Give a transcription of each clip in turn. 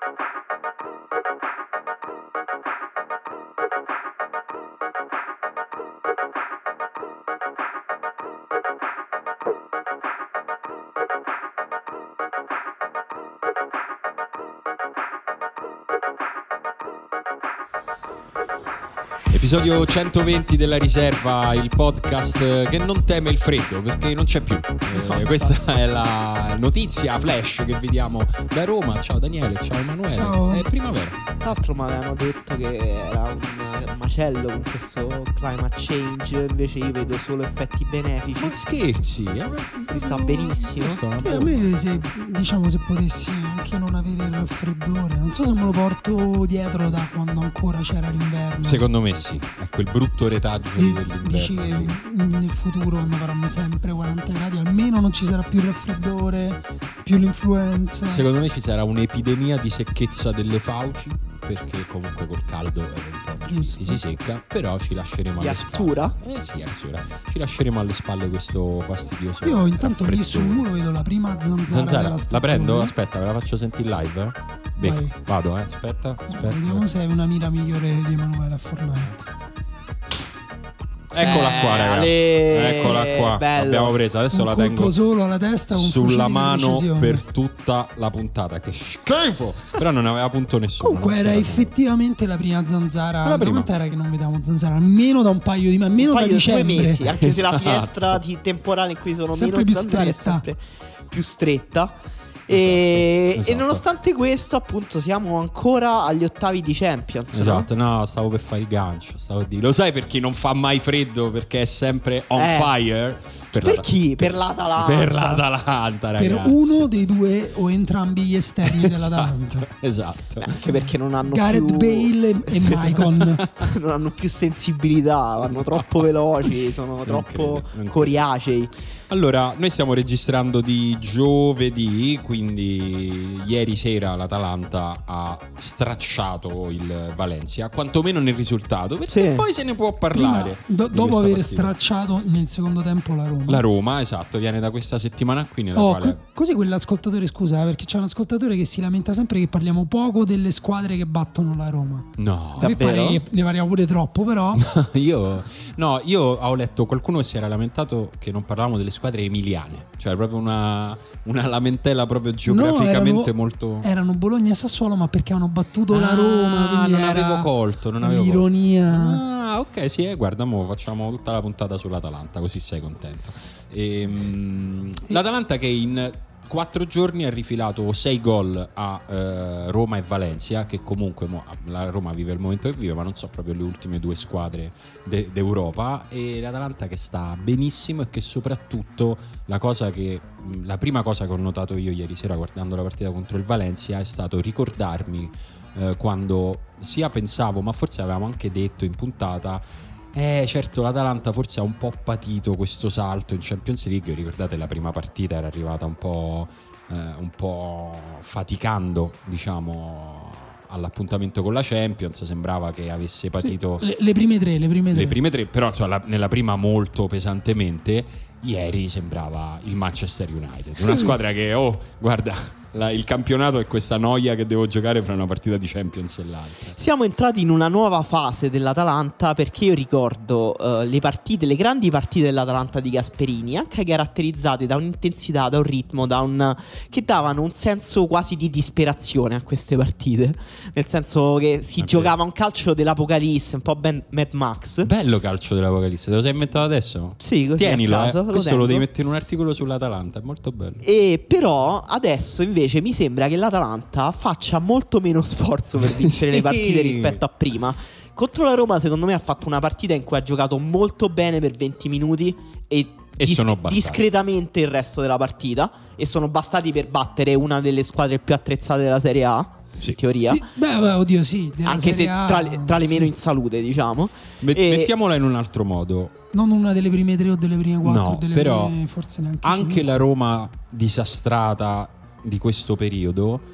Episodio 120 della Riserva, il podcast che non teme il freddo perché non c'è più. Questa è la notizia flash che vediamo da Roma. Ciao Daniele, ciao Emanuele. Ciao. È primavera. Tra l'altro mi avevano detto che era un macello con questo climate change, invece io vedo solo effetti benefici. Ma scherzi? Si sta benissimo. A me se potessi anche non avere il raffreddore, non so se me lo porto dietro da quando ancora c'era l'inverno. Secondo me sì, è quel brutto retaggio dell'inverno. Dici che nel futuro, quando faranno sempre 40 gradi, almeno non ci sarà più il raffreddore, più l'influenza. Secondo me ci sarà un'epidemia di secchezza delle fauci, perché comunque col caldo si secca, però ci lasceremo alle Azzura? spalle. Sì, Azzura. Ci lasceremo alle spalle questo fastidioso. Io intanto lì raffreddore. sul muro vedo la prima zanzara della stagione. La prendo? Aspetta, ve la faccio sentire live. Vai. Vado, aspetta. Vediamo se hai una mira migliore di Emanuele a Fortnite. Eccola qua, ragazzi. Eccola qua. Bello. L'abbiamo presa. Adesso Un la tengo colpo solo alla testa con sulla fucili di mano precisione. per tutta la puntata. Che schifo! Però non aveva punto nessuno. Comunque non era c'era effettivamente la prima zanzara. La prima. Quant'era che non vedevamo zanzara? Almeno da un paio di mesi, almeno Un da paio di 2 dicembre. mesi, anche se la Esatto. finestra temporale in cui sono Sempre meno più zanzare è stretta. sempre più stretta. E Esatto. nonostante questo, appunto, siamo ancora agli ottavi di Champions. no? Esatto, no, stavo per fare il gancio. Stavo a dire. Lo sai per chi non fa mai freddo? Perché è sempre on fire. Per chi? Per l'Atalanta. Per l'Atalanta, ragazzi. Per uno dei due o entrambi gli esterni dell'Atalanta. Esatto. Anche perché non hanno Gareth più Bale e Maicon. non hanno più sensibilità, vanno troppo veloci, sono troppo credo. coriacei. Allora, noi stiamo registrando di giovedì, quindi ieri sera l'Atalanta ha stracciato il Valencia, quantomeno nel risultato, perché Sì. poi se ne può Prima, parlare. di dopo questa aver partita. stracciato nel secondo tempo la Roma. La Roma, esatto, viene da questa settimana qui nella Oh, quale... così quell'ascoltatore, scusa, perché c'è un ascoltatore che si lamenta sempre che parliamo poco delle squadre che battono la Roma. No, A me pare Davvero? che ne parliamo pure troppo, però. io ho letto qualcuno che si era lamentato che non parlavamo delle squadre emiliane, cioè proprio una lamentela proprio geograficamente molto... Erano Bologna e Sassuolo, ma perché hanno battuto la Roma. quindi non era avevo colto, non avevo l'ironia. Ah, ok, sì, guarda, mo facciamo tutta la puntata sull'Atalanta, così sei contento. L'Atalanta che in 4 giorni ha rifilato 6 gol a Roma e Valencia, che comunque la Roma vive il momento che vive, ma non so proprio le ultime 2 squadre d'Europa, e l'Atalanta che sta benissimo e che soprattutto la prima cosa che ho notato io ieri sera guardando la partita contro il Valencia è stato ricordarmi quando sia pensavo, ma forse avevamo anche detto in puntata, certo l'Atalanta forse ha un po' patito questo salto in Champions League. Ricordate, la prima partita era arrivata un po' faticando, diciamo, all'appuntamento con la Champions, sembrava che avesse patito Le prime tre. le prime 3, però insomma, nella prima molto pesantemente. Ieri sembrava il Manchester United, una squadra che guarda, il campionato è questa noia che devo giocare fra una partita di Champions e l'altra. Siamo entrati in una nuova fase dell'Atalanta, perché io ricordo le grandi partite dell'Atalanta di Gasperini, anche caratterizzate da un'intensità, da un ritmo, che davano un senso quasi di disperazione a queste partite, nel senso che si giocava un calcio dell'Apocalisse, un po' Mad Max. Bello calcio dell'Apocalisse, te lo sei inventato adesso? Sì, così Tienilo, a caso, questo lo tengo. devi mettere in un articolo sull'Atalanta, è molto bello. E però adesso invece mi sembra che l'Atalanta faccia molto meno sforzo per vincere Sì. le partite rispetto a prima. Contro la Roma secondo me ha fatto una partita in cui ha giocato molto bene per 20 minuti e sono bastati. discretamente il resto della partita, e sono bastati per battere una delle squadre più attrezzate della Serie A. Sì. In teoria, Sì, beh, oddio, sì. della anche se Serie A, tra le meno sì. in salute, diciamo. Mettiamola in un altro modo. Non una delle prime 3 o delle prime 4, No, delle però prime, forse neanche anche 5. la Roma disastrata di questo periodo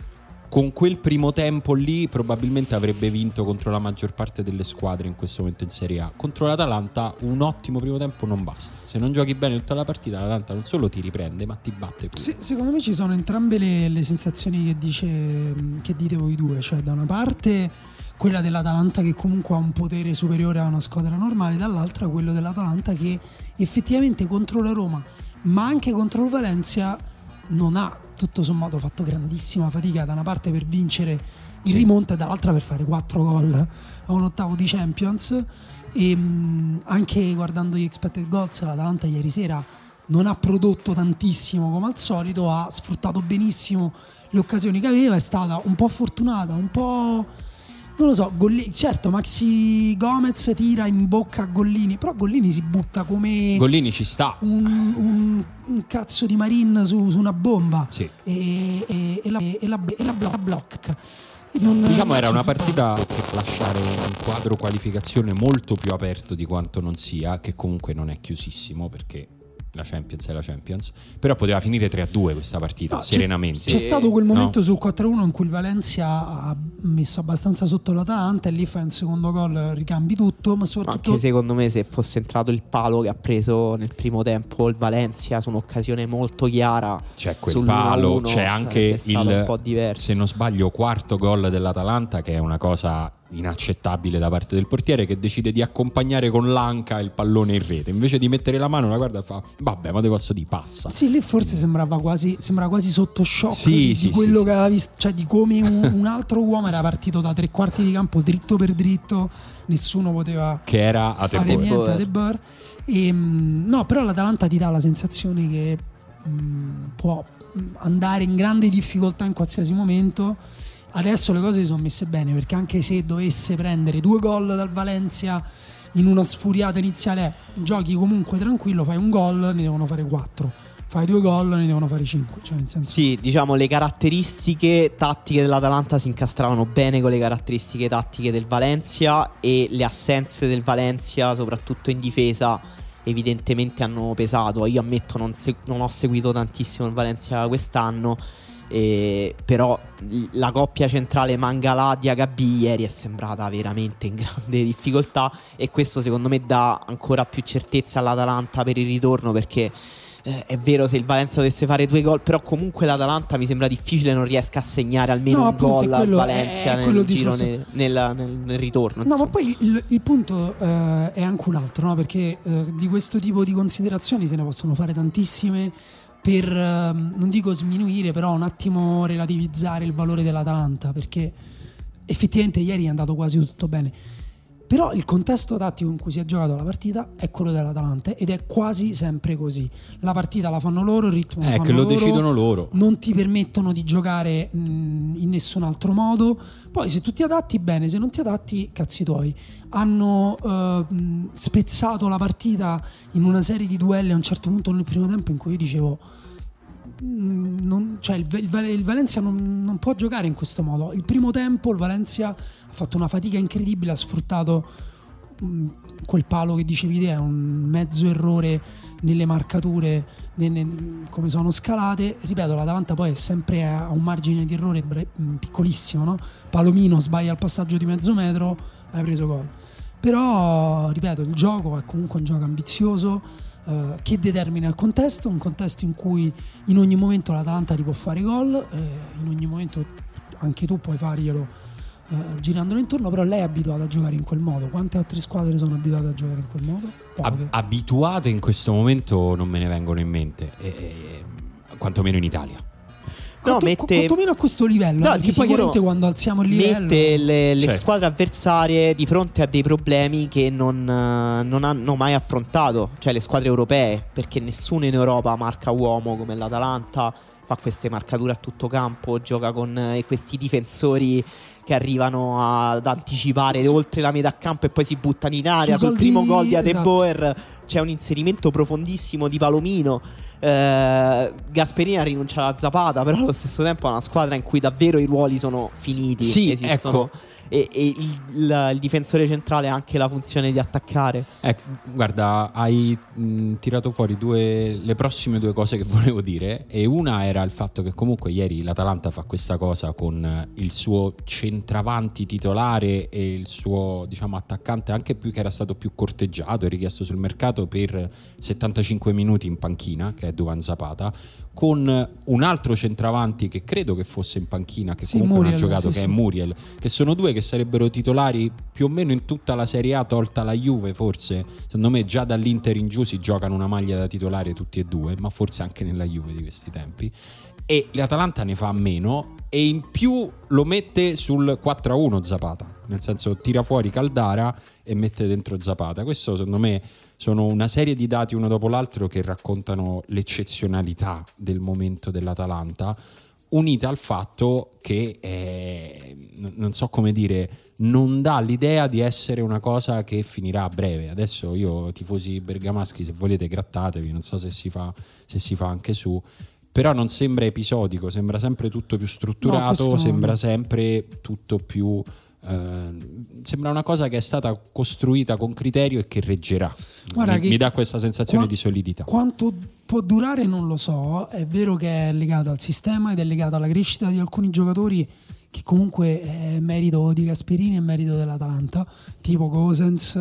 con quel primo tempo lì probabilmente avrebbe vinto contro la maggior parte delle squadre in questo momento in Serie A. Contro l'Atalanta un ottimo primo tempo non basta. Se non giochi bene tutta la partita, l'Atalanta non solo ti riprende ma ti batte pure. Secondo me ci sono entrambe le sensazioni che dite voi due. Cioè, da una parte quella dell'Atalanta che comunque ha un potere superiore a una squadra normale, dall'altra quello dell'Atalanta che effettivamente contro la Roma ma anche contro il Valencia non ha tutto sommato fatto grandissima fatica, da una parte per vincere in rimonta e dall'altra per fare 4 gol a un ottavo di Champions. E anche guardando gli expected goals, l'Atalanta ieri sera non ha prodotto tantissimo come al solito, ha sfruttato benissimo le occasioni che aveva, è stata un po' fortunata, un po', non lo so, certo Maxi Gomez tira in bocca a Gollini, però Gollini si butta come Gollini ci sta un cazzo di Marin su una bomba, sì. e la blocca. Diciamo era una partita per lasciare un quadro qualificazione molto più aperto di quanto non sia, che comunque non è chiusissimo perché la Champions è la Champions, però poteva finire 3-2 questa partita, serenamente. C'è stato quel momento sul 4-1 in cui il Valencia ha messo abbastanza sotto l'Atalanta e lì fai un secondo gol, ricambi tutto, ma soprattutto anche secondo me se fosse entrato il palo che ha preso nel primo tempo il Valencia su un'occasione molto chiara, c'è quel palo, c'è anche un po' diverso. Se non sbaglio, quarto gol dell'Atalanta, che è una cosa inaccettabile da parte del portiere, che decide di accompagnare con l'anca il pallone in rete invece di mettere la mano, la guarda e fa vabbè, ma te posso di passa. Sì, lì forse sembrava quasi sotto shock di quello che aveva visto, cioè di come un altro uomo era partito da 3/4 di campo dritto per dritto, nessuno poteva che era a fare niente a De Boer. No, però l'Atalanta ti dà la sensazione che può andare in grande difficoltà in qualsiasi momento. Adesso le cose si sono messe bene, perché anche se dovesse prendere 2 gol dal Valencia in una sfuriata iniziale, giochi comunque tranquillo, fai un gol, ne devono fare 4, fai 2 gol, ne devono fare 5, cioè nel senso... Sì, diciamo le caratteristiche tattiche dell'Atalanta si incastravano bene con le caratteristiche tattiche del Valencia, e le assenze del Valencia soprattutto in difesa evidentemente hanno pesato. Io ammetto non ho seguito tantissimo il Valencia quest'anno, però la coppia centrale Mangala-Diakhaby ieri è sembrata veramente in grande difficoltà, e questo secondo me dà ancora più certezza all'Atalanta per il ritorno, perché è vero, se il Valencia dovesse fare 2 gol, però comunque l'Atalanta mi sembra difficile non riesca a segnare almeno un gol al Valencia nel giro, nel ritorno, no, ma poi il punto è anche un altro, no? Perché di questo tipo di considerazioni se ne possono fare tantissime per, non dico sminuire, però un attimo relativizzare il valore dell'Atalanta, perché effettivamente ieri è andato quasi tutto bene, però il contesto tattico in cui si è giocato la partita è quello dell'Atalanta, ed è quasi sempre così. La partita la fanno loro, il ritmo lo fanno che lo decidono loro, non ti permettono di giocare in nessun altro modo. Poi se tu ti adatti bene, se non ti adatti cazzi tuoi. Hanno spezzato la partita in una serie di duelli a un certo punto nel primo tempo in cui io dicevo il Valencia non può giocare in questo modo. Il primo tempo il Valencia ha fatto una fatica incredibile, ha sfruttato quel palo che dicevi te, è un mezzo errore nelle marcature, come sono scalate. Ripeto, l'Atalanta poi è sempre a un margine di errore piccolissimo, no? Palomino sbaglia il passaggio di mezzo metro, hai preso gol. Però ripeto, il gioco è comunque un gioco ambizioso, che determina il contesto, un contesto in cui in ogni momento l'Atalanta ti può fare gol, in ogni momento anche tu puoi farglielo girandolo intorno, però lei è abituata a giocare in quel modo. Quante altre squadre sono abituate a giocare in quel modo? Poche. Abituate in questo momento non me ne vengono in mente, quantomeno in Italia. Quantomeno a questo livello, no, perché poi chiaramente quando alziamo il livello mette le squadre avversarie di fronte a dei problemi che non hanno mai affrontato, cioè le squadre europee, perché nessuno in Europa marca uomo come l'Atalanta, fa queste marcature a tutto campo, gioca con questi difensori che arrivano ad anticipare oltre la metà campo e poi si buttano in aria. Sul primo gol di De Boer c'è un inserimento profondissimo di Palomino. Gasperini ha rinunciato a Zapata, però allo stesso tempo è una squadra in cui davvero i ruoli sono finiti. Sì, esistono, e il difensore centrale ha anche la funzione di attaccare. Guarda, hai tirato fuori le prossime due cose che volevo dire, e una era il fatto che comunque ieri l'Atalanta fa questa cosa con il suo centravanti titolare e il suo, diciamo, attaccante anche più, che era stato più corteggiato e richiesto sul mercato, per 75 minuti in panchina, che è Duvan Zapata, con un altro centravanti che credo che fosse in panchina, che comunque Muriel, non ha giocato, sì, che è Muriel, che sono due che sarebbero titolari più o meno in tutta la Serie A, tolta la Juve forse. Secondo me già dall'Inter in giù si giocano una maglia da titolare tutti e due, ma forse anche nella Juve di questi tempi, e l'Atalanta ne fa a meno, e in più lo mette sul 4-1 Zapata, nel senso tira fuori Caldara e mette dentro Zapata. Questo secondo me sono una serie di dati uno dopo l'altro che raccontano l'eccezionalità del momento dell'Atalanta, unita al fatto che non so come dire, non dà l'idea di essere una cosa che finirà a breve. Adesso io, tifosi bergamaschi, se volete grattatevi, non so se si fa anche su, però non sembra episodico, sembra sempre tutto più strutturato, no, sembra sempre tutto più sembra una cosa che è stata costruita con criterio e che reggerà. Mi dà questa sensazione di solidità. Quanto può durare non lo so, è vero che è legato al sistema ed è legato alla crescita di alcuni giocatori che comunque è merito di Gasperini e merito dell'Atalanta, tipo Gosens,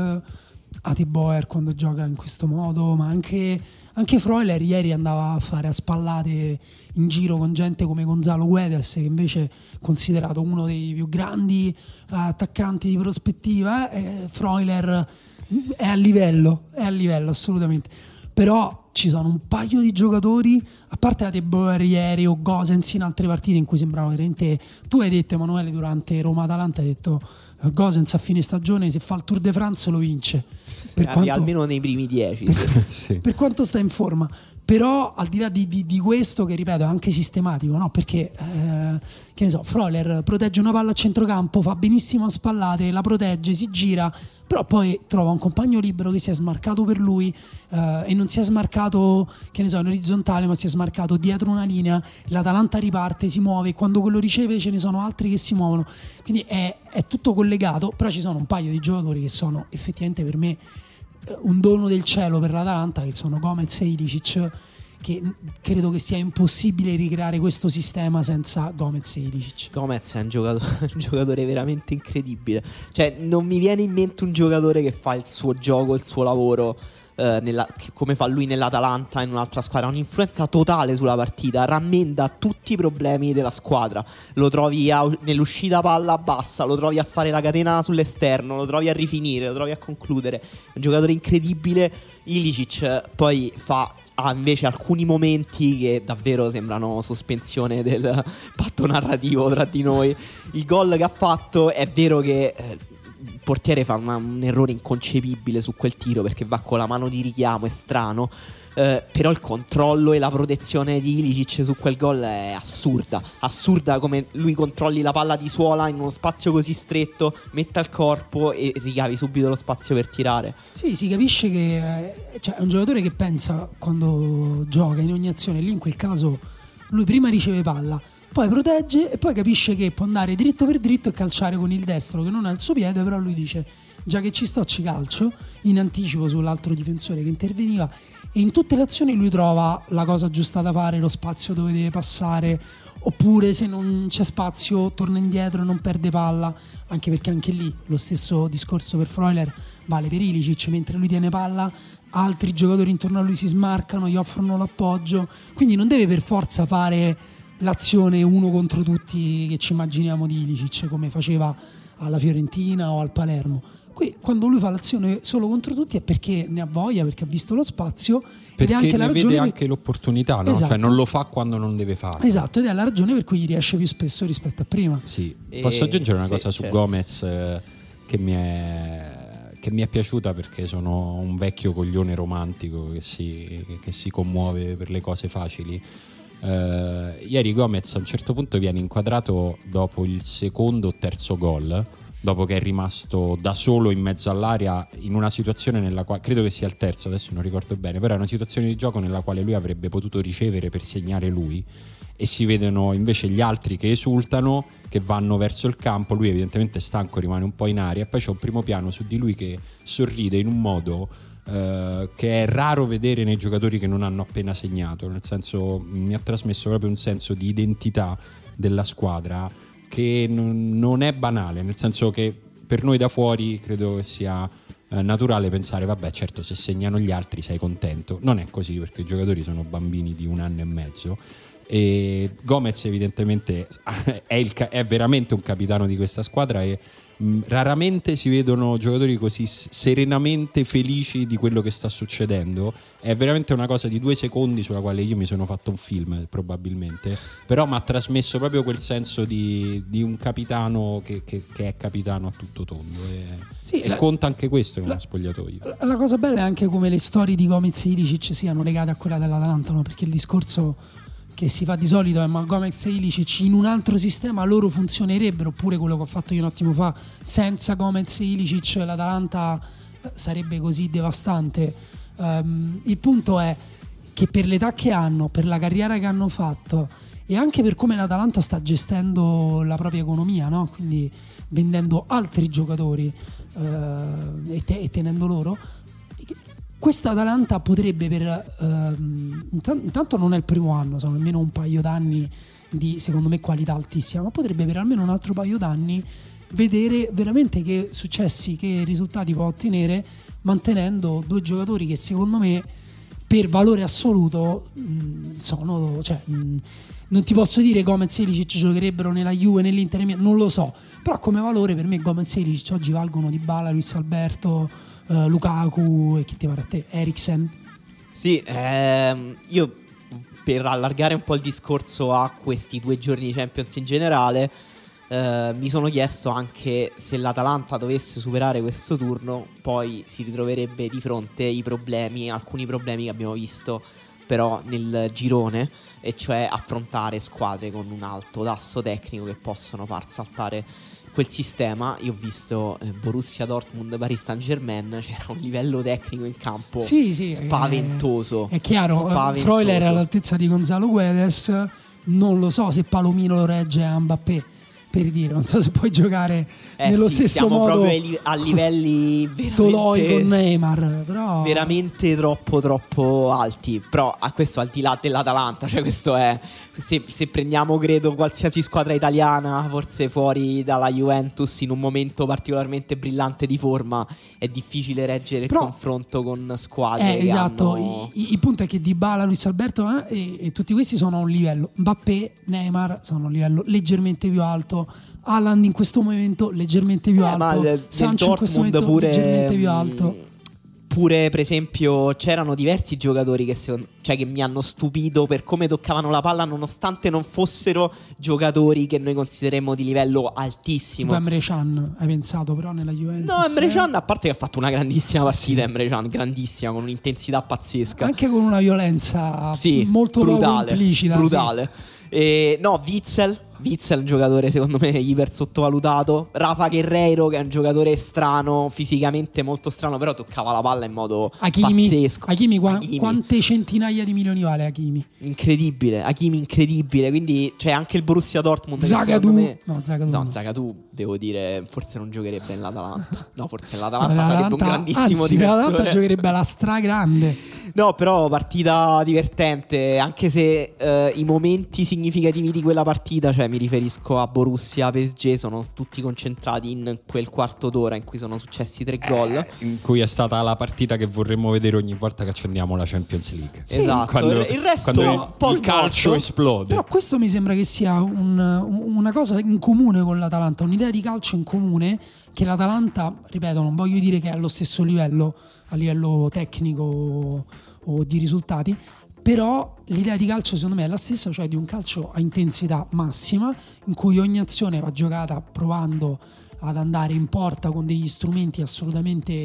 Ateboer quando gioca in questo modo, ma anche Freuler ieri andava a fare a spallate in giro con gente come Gonzalo Guedes, che invece è considerato uno dei più grandi attaccanti di prospettiva. Freuler è a livello assolutamente, però ci sono un paio di giocatori, a parte Ateboer ieri o Gosens in altre partite in cui sembravano veramente. Tu hai detto, Emanuele, durante Roma-Atalanta, hai detto Gosens a fine stagione se fa il Tour de France lo vince, almeno nei primi 10 sì. Per quanto sta in forma. Però al di là di questo, che ripeto è anche sistematico, no? Perché che ne so, Freuler protegge una palla a centrocampo, fa benissimo a spallate, la protegge, si gira, però poi trova un compagno libero che si è smarcato per lui, e non si è smarcato, che ne so, in orizzontale, ma si è smarcato dietro una linea. L'Atalanta riparte, si muove, quando quello riceve ce ne sono altri che si muovono, quindi è tutto collegato. Però ci sono un paio di giocatori che sono effettivamente per me un dono del cielo per l'Atalanta, che sono Gomez e Ilicic, che credo che sia impossibile ricreare questo sistema senza Gomez e Ilicic. Gomez è un giocatore veramente incredibile, cioè non mi viene in mente un giocatore che fa il suo gioco, il suo lavoro come fa lui nell'Atalanta, in un'altra squadra. Ha un'influenza totale sulla partita, rammenda tutti i problemi della squadra. Lo trovi nell'uscita palla bassa, lo trovi a fare la catena sull'esterno, lo trovi a rifinire, lo trovi a concludere. È un giocatore incredibile. Ilicic poi ha invece alcuni momenti che davvero sembrano sospensione del patto narrativo tra di noi. Il gol che ha fatto, è vero che il portiere fa un errore inconcepibile su quel tiro, perché va con la mano di richiamo, è strano, però il controllo e la protezione di Ilicic su quel gol è assurda, come lui controlli la palla di suola in uno spazio così stretto, metta il corpo e ricavi subito lo spazio per tirare. Sì, si capisce che è un giocatore che pensa quando gioca in ogni azione. Lì in quel caso lui prima riceve palla, poi protegge e poi capisce che può andare dritto per dritto e calciare con il destro, che non è il suo piede, però lui dice: già che ci sto, ci calcio, in anticipo sull'altro difensore che interveniva. E in tutte le azioni lui trova la cosa giusta da fare, lo spazio dove deve passare, oppure se non c'è spazio torna indietro e non perde palla, anche perché anche lì lo stesso discorso per Freuler vale per Ilicic. Mentre lui tiene palla, altri giocatori intorno a lui si smarcano, gli offrono l'appoggio, quindi non deve per forza fare l'azione uno contro tutti che ci immaginiamo di Ilicic, come faceva alla Fiorentina o al Palermo. Qui quando lui fa l'azione solo contro tutti è perché ne ha voglia, perché ha visto lo spazio, perché ed è anche la ragione vede anche l'opportunità, no? Esatto. Cioè non lo fa quando non deve farlo. Esatto, ed è la ragione per cui gli riesce più spesso rispetto a prima. Sì. Posso aggiungere una cosa su certo. Gomez che mi è piaciuta, perché sono un vecchio coglione romantico che si commuove per le cose facili. Ieri Gomez a un certo punto viene inquadrato dopo il secondo o terzo gol dopo che è rimasto da solo in mezzo all'area in una situazione nella quale, credo che sia il terzo, adesso non ricordo bene, però è una situazione di gioco nella quale lui avrebbe potuto ricevere per segnare lui, e si vedono invece gli altri che esultano, che vanno verso il campo, lui evidentemente stanco rimane un po' in aria, e poi c'è un primo piano su di lui che sorride in un modo che è raro vedere nei giocatori che non hanno appena segnato, nel senso, mi ha trasmesso proprio un senso di identità della squadra che non è banale, nel senso che per noi da fuori credo che sia naturale pensare vabbè, certo, se segnano gli altri sei contento. Non è così, perché i giocatori sono bambini di 1 anno e mezzo, e Gomez evidentemente è veramente un capitano di questa squadra, e raramente si vedono giocatori così serenamente felici di quello che sta succedendo. È veramente una cosa di 2 secondi sulla quale io mi sono fatto un film probabilmente, però mi ha trasmesso proprio quel senso di un capitano che è capitano a tutto tondo, e conta anche questo in uno spogliatoio. La cosa bella è anche come le storie di Gomez e Ilicic siano legate a quella dell'Atalanta, no? Perché il discorso che si fa di solito è: ma Gomez e Ilicic in un altro sistema loro funzionerebbero, oppure quello che ho fatto io un attimo fa, senza Gomez e Ilicic l'Atalanta sarebbe così devastante. Il punto è che per l'età che hanno, per la carriera che hanno fatto, e anche per come l'Atalanta sta gestendo la propria economia, no? Quindi vendendo altri giocatori e tenendo loro, questa Atalanta potrebbe intanto non è il primo anno, sono almeno un paio d'anni di, secondo me, qualità altissima, ma potrebbe per almeno un altro paio d'anni vedere veramente che successi, che risultati può ottenere mantenendo 2 giocatori che secondo me per valore assoluto sono, cioè, non ti posso dire Gomez e Ilicic giocherebbero nella Juve, nell'Inter, non lo so, però come valore per me Gomez e Ilicic oggi valgono Dybala, Luis Alberto, Lukaku, e chi ti pare a te, Eriksen. Sì, io per allargare un po' il discorso a questi 2 giorni di Champions in generale, mi sono chiesto anche se l'Atalanta dovesse superare questo turno poi si ritroverebbe di fronte alcuni problemi che abbiamo visto però nel girone, e cioè affrontare squadre con un alto tasso tecnico che possono far saltare quel sistema. Io ho visto Borussia Dortmund, Paris Saint-Germain, c'era un livello tecnico in campo spaventoso. È chiaro, Freuler è all'altezza di Gonzalo Guedes, non lo so se Palomino lo regge a Mbappé, per dire, non so se puoi giocare nello stesso modo. Siamo proprio a livelli Toloi con Neymar, però veramente troppo alti. Però a questo al di là dell'Atalanta, cioè questo è, se prendiamo credo qualsiasi squadra italiana, forse fuori dalla Juventus, in un momento particolarmente brillante di forma, è difficile reggere il confronto con squadre che esatto, hanno... il punto è che Dybala, Luis Alberto e tutti questi sono a un livello, Mbappé, Neymar sono a un livello leggermente più alto, Haaland in questo momento leggermente più alto, Sancho in questo momento pure, leggermente più alto. Pure per esempio c'erano diversi giocatori che mi hanno stupito per come toccavano la palla, nonostante non fossero giocatori che noi consideriamo di livello altissimo. Tipo Emre Can, hai pensato però nella Juventus? No, Emre Can, a parte che ha fatto una grandissima partita, Emre Can, grandissima, con un'intensità pazzesca, anche con una violenza molto brutale, poco implicita, brutale. No, Witzel è un giocatore secondo me iper sottovalutato. Rafa Guerreiro, che è un giocatore strano, fisicamente molto strano, però toccava la palla in modo pazzesco. Hakimi. Quante centinaia di milioni vale Hakimi? Incredibile, quindi c'è anche il Borussia Dortmund. Zagadou devo dire forse non giocherebbe nell'Atalanta. No, forse l'Atalanta sarebbe un grandissimo difensore. L'Atalanta giocherebbe alla stragrande. No, però partita divertente, anche se i momenti significativi di quella partita, cioè mi riferisco a Borussia, PSG, sono tutti concentrati in quel quarto d'ora in cui sono successi 3 gol, in cui è stata la partita che vorremmo vedere ogni volta che accendiamo la Champions League. Sì, esatto, il resto quando il calcio esplode. Però questo mi sembra che sia una cosa in comune con l'Atalanta, un'idea di calcio in comune, che l'Atalanta, ripeto, non voglio dire che è allo stesso livello a livello tecnico o di risultati, però l'idea di calcio secondo me è la stessa, cioè di un calcio a intensità massima in cui ogni azione va giocata provando ad andare in porta con degli strumenti assolutamente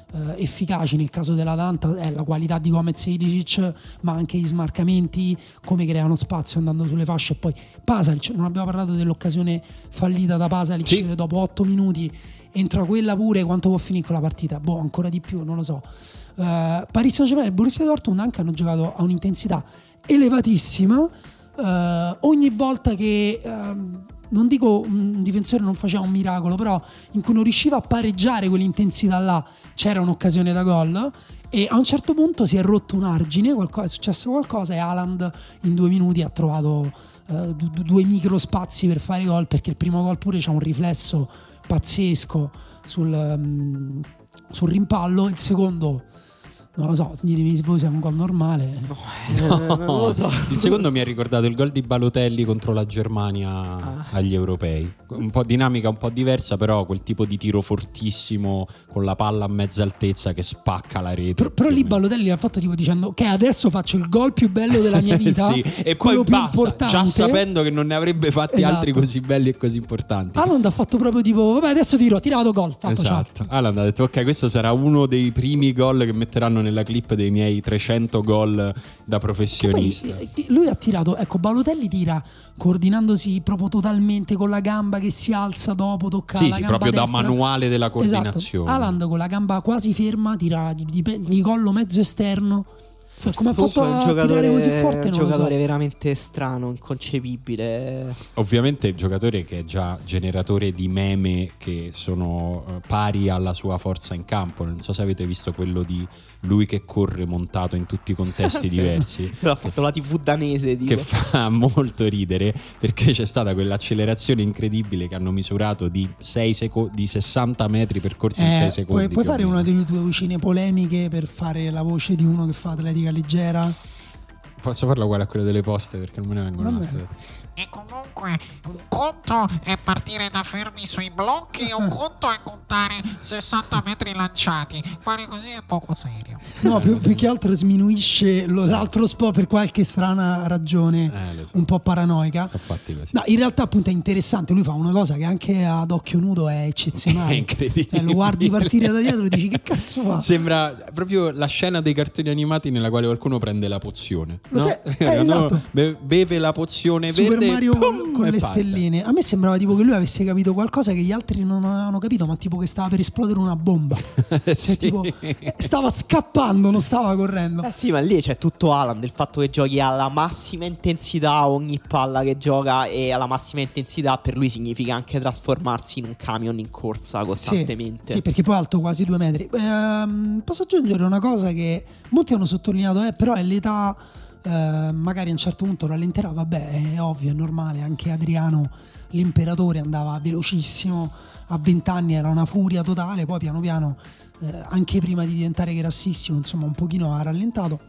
efficaci. Nel caso dell'Atalanta è la qualità di Gomez e Ilicic, ma anche gli smarcamenti, come creano spazio andando sulle fasce. E poi Pasalic, non abbiamo parlato dell'occasione fallita da Pasalic, sì. Dopo 8 minuti entra quella pure, quanto può finire quella partita? Boh, ancora di più, non lo so. Paris Saint-Germain e Borussia Dortmund anche hanno giocato a un'intensità elevatissima, ogni volta che non dico un difensore non faceva un miracolo, però in cui non riusciva a pareggiare quell'intensità là, c'era un'occasione da gol. E a un certo punto si è rotto un argine, è successo qualcosa, e Haaland in 2 minuti ha trovato 2 micro spazi per fare gol, perché il primo gol pure c'ha un riflesso pazzesco sul rimpallo, il secondo non lo so, ditemi voi se è un gol normale. Non lo so. Il secondo mi ha ricordato il gol di Balotelli contro la Germania agli europei. Un po' dinamica, un po' diversa, però quel tipo di tiro fortissimo con la palla a mezza altezza che spacca la rete. Però lì Balotelli l'ha fatto tipo dicendo che adesso faccio il gol più bello della mia vita. Sì, e poi basta, importante, già sapendo che non ne avrebbe fatti altri così belli e così importanti. Haaland ha fatto proprio tipo vabbè adesso tirato gol, fatto. Esatto. Haaland ha detto ok, questo sarà uno dei primi gol che metteranno nella clip dei miei 300 gol da professionista. Poi, lui ha tirato, ecco, Balotelli tira coordinandosi proprio totalmente con la gamba che si alza dopo, tocca la gamba proprio destra. Da manuale della coordinazione. Esatto. Haaland con la gamba quasi ferma tira di collo mezzo esterno. Come ha fatto a tirare così forte? Un giocatore veramente strano, inconcepibile. Ovviamente il giocatore che è già generatore di meme che sono pari alla sua forza in campo. Non so se avete visto quello di lui che corre montato in tutti i contesti diversi. Però ha fatto la TV danese, che fa molto ridere, perché c'è stata quell'accelerazione incredibile che hanno misurato di 60 metri percorsi in 6 secondi. Puoi fare una delle tue vicine polemiche per fare la voce di uno che fa atletica leggera? Posso farla uguale a quella delle poste, perché non me ne vengono altre. E comunque un conto è partire da fermi sui blocchi e un conto è contare 60 metri lanciati. Fare così è poco serio. No, più che altro sminuisce l'altro sport per qualche strana ragione, un po' paranoica. Sono fatti così. No, in realtà appunto è interessante, lui fa una cosa che anche ad occhio nudo è eccezionale. È incredibile. Lo guardi partire da dietro e dici che cazzo fa? Sembra proprio la scena dei cartoni animati nella quale qualcuno prende la pozione. Esatto. Beve la pozione Super verde Mario con le parte. stelline. A me sembrava tipo che lui avesse capito qualcosa che gli altri non avevano capito, ma tipo che stava per esplodere una bomba. Cioè, tipo, stava scappando, non stava correndo. Sì, ma lì c'è tutto Haaland, il fatto che giochi alla massima intensità ogni palla che gioca, e alla massima intensità per lui significa anche trasformarsi in un camion in corsa costantemente. Sì, perché poi è alto quasi 2 metri. Posso aggiungere una cosa che molti hanno sottolineato, però è l'età. Magari a un certo punto rallenterà, vabbè, è ovvio, è normale. Anche Adriano l'imperatore andava velocissimo, a 20 anni era una furia totale, poi piano piano anche prima di diventare grassissimo, insomma, un pochino ha rallentato.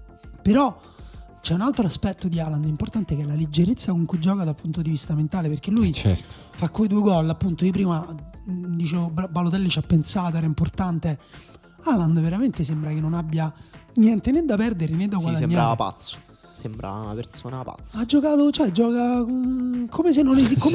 Però c'è un altro aspetto di Haaland importante, che è la leggerezza con cui gioca dal punto di vista mentale, perché lui fa quei 2 gol, appunto. Io prima dicevo Balotelli ci ha pensato, era importante. Haaland veramente sembra che non abbia niente né da perdere né da guadagnare. Sembrava pazzo. Sembra una persona pazza. Ha giocato, cioè gioca come se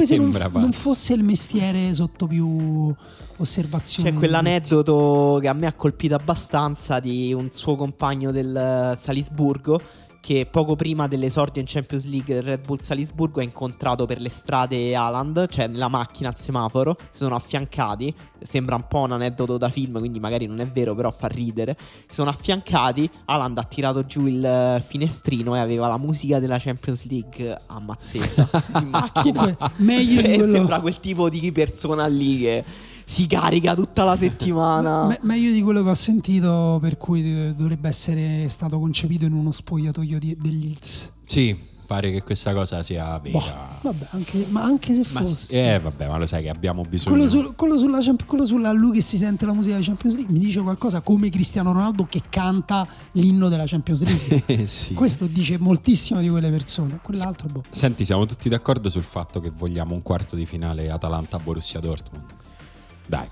non fosse il mestiere sotto più osservazione. C'è quell'aneddoto che a me ha colpito abbastanza di un suo compagno del Salisburgo, che poco prima dell'esordio in Champions League del Red Bull Salisburgo ha incontrato per le strade Haaland, cioè nella macchina al semaforo, si sono affiancati. Sembra un po' un aneddoto da film, quindi magari non è vero, però fa ridere. Si sono affiancati, Haaland ha tirato giù il finestrino e aveva la musica della Champions League a mazzetta in macchina. Meglio di quello... Sembra quel tipo di persona lì che si carica tutta la settimana. Meglio di quello che ho sentito, per cui dovrebbe essere stato concepito in uno spogliatoio degli Leeds. Sì, pare che questa cosa sia vera. Vabbè, anche se fosse. Vabbè, ma lo sai che abbiamo bisogno. Quello sulla lui che si sente la musica della Champions League mi dice qualcosa, come Cristiano Ronaldo che canta l'inno della Champions League. Sì. Questo dice moltissimo di quelle persone. Quell'altro, Senti, siamo tutti d'accordo sul fatto che vogliamo un quarto di finale Atalanta-Borussia Dortmund? Dai,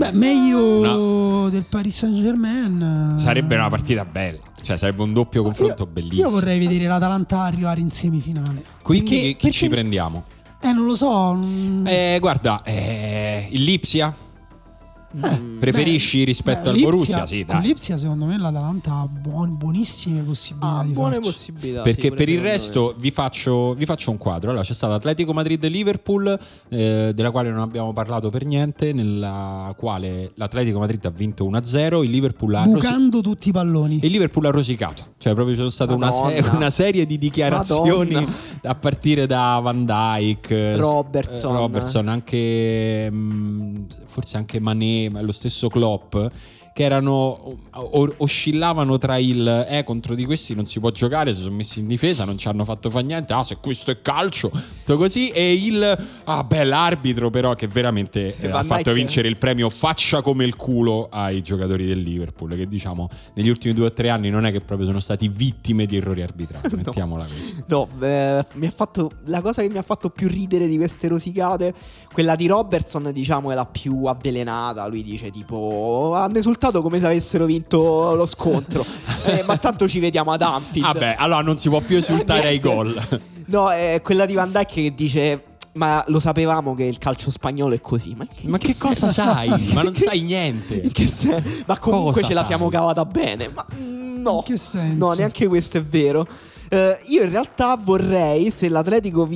meglio del Paris Saint-Germain. Sarebbe una partita bella, cioè sarebbe un doppio confronto bellissimo. Io vorrei vedere l'Atalanta arrivare in semifinale. Quindi chi ci prendiamo? Non lo so. Guarda, il Lipsia. Preferisci rispetto al Borussia? Sì, con dai. l'Ipsia secondo me l'Atalanta ha buonissime possibilità di buone farci. possibilità. Perché sì, per il secondo resto vi faccio un quadro. Allora, c'è stato Atletico Madrid-Liverpool, della quale non abbiamo parlato per niente, nella quale l'Atletico Madrid ha vinto 1-0, il Liverpool ha bucando tutti i palloni. il Liverpool ha rosicato, cioè proprio c'è stata una serie di dichiarazioni a partire da Van Dijk, Robertson, anche forse anche Mané, ma lo stesso Klopp, che erano oscillavano tra il contro di questi non si può giocare, si sono messi in difesa, non ci hanno fatto fare niente, se questo è calcio, tutto così, e l'arbitro però che veramente ha fatto vincere il premio faccia come il culo ai giocatori del Liverpool, che diciamo negli ultimi 2 o 3 anni non è che proprio sono stati vittime di errori arbitrali, mettiamola così. No, mi ha fatto la cosa che mi ha fatto più ridere di queste rosicate, quella di Robertson, diciamo, è la più avvelenata. Lui dice tipo hanno esultato come se avessero vinto lo scontro, ma tanto ci vediamo ad Anfield. Vabbè, allora non si può più esultare ai gol. No, è quella di Van Dijk che dice ma lo sapevamo che il calcio spagnolo è così. Ma che cosa sai? Ma non sai niente. Ma comunque cosa ce la sai? siamo cavata bene. Ma no, In che senso? no, neanche questo è vero. Io in realtà vorrei, se l'Atletico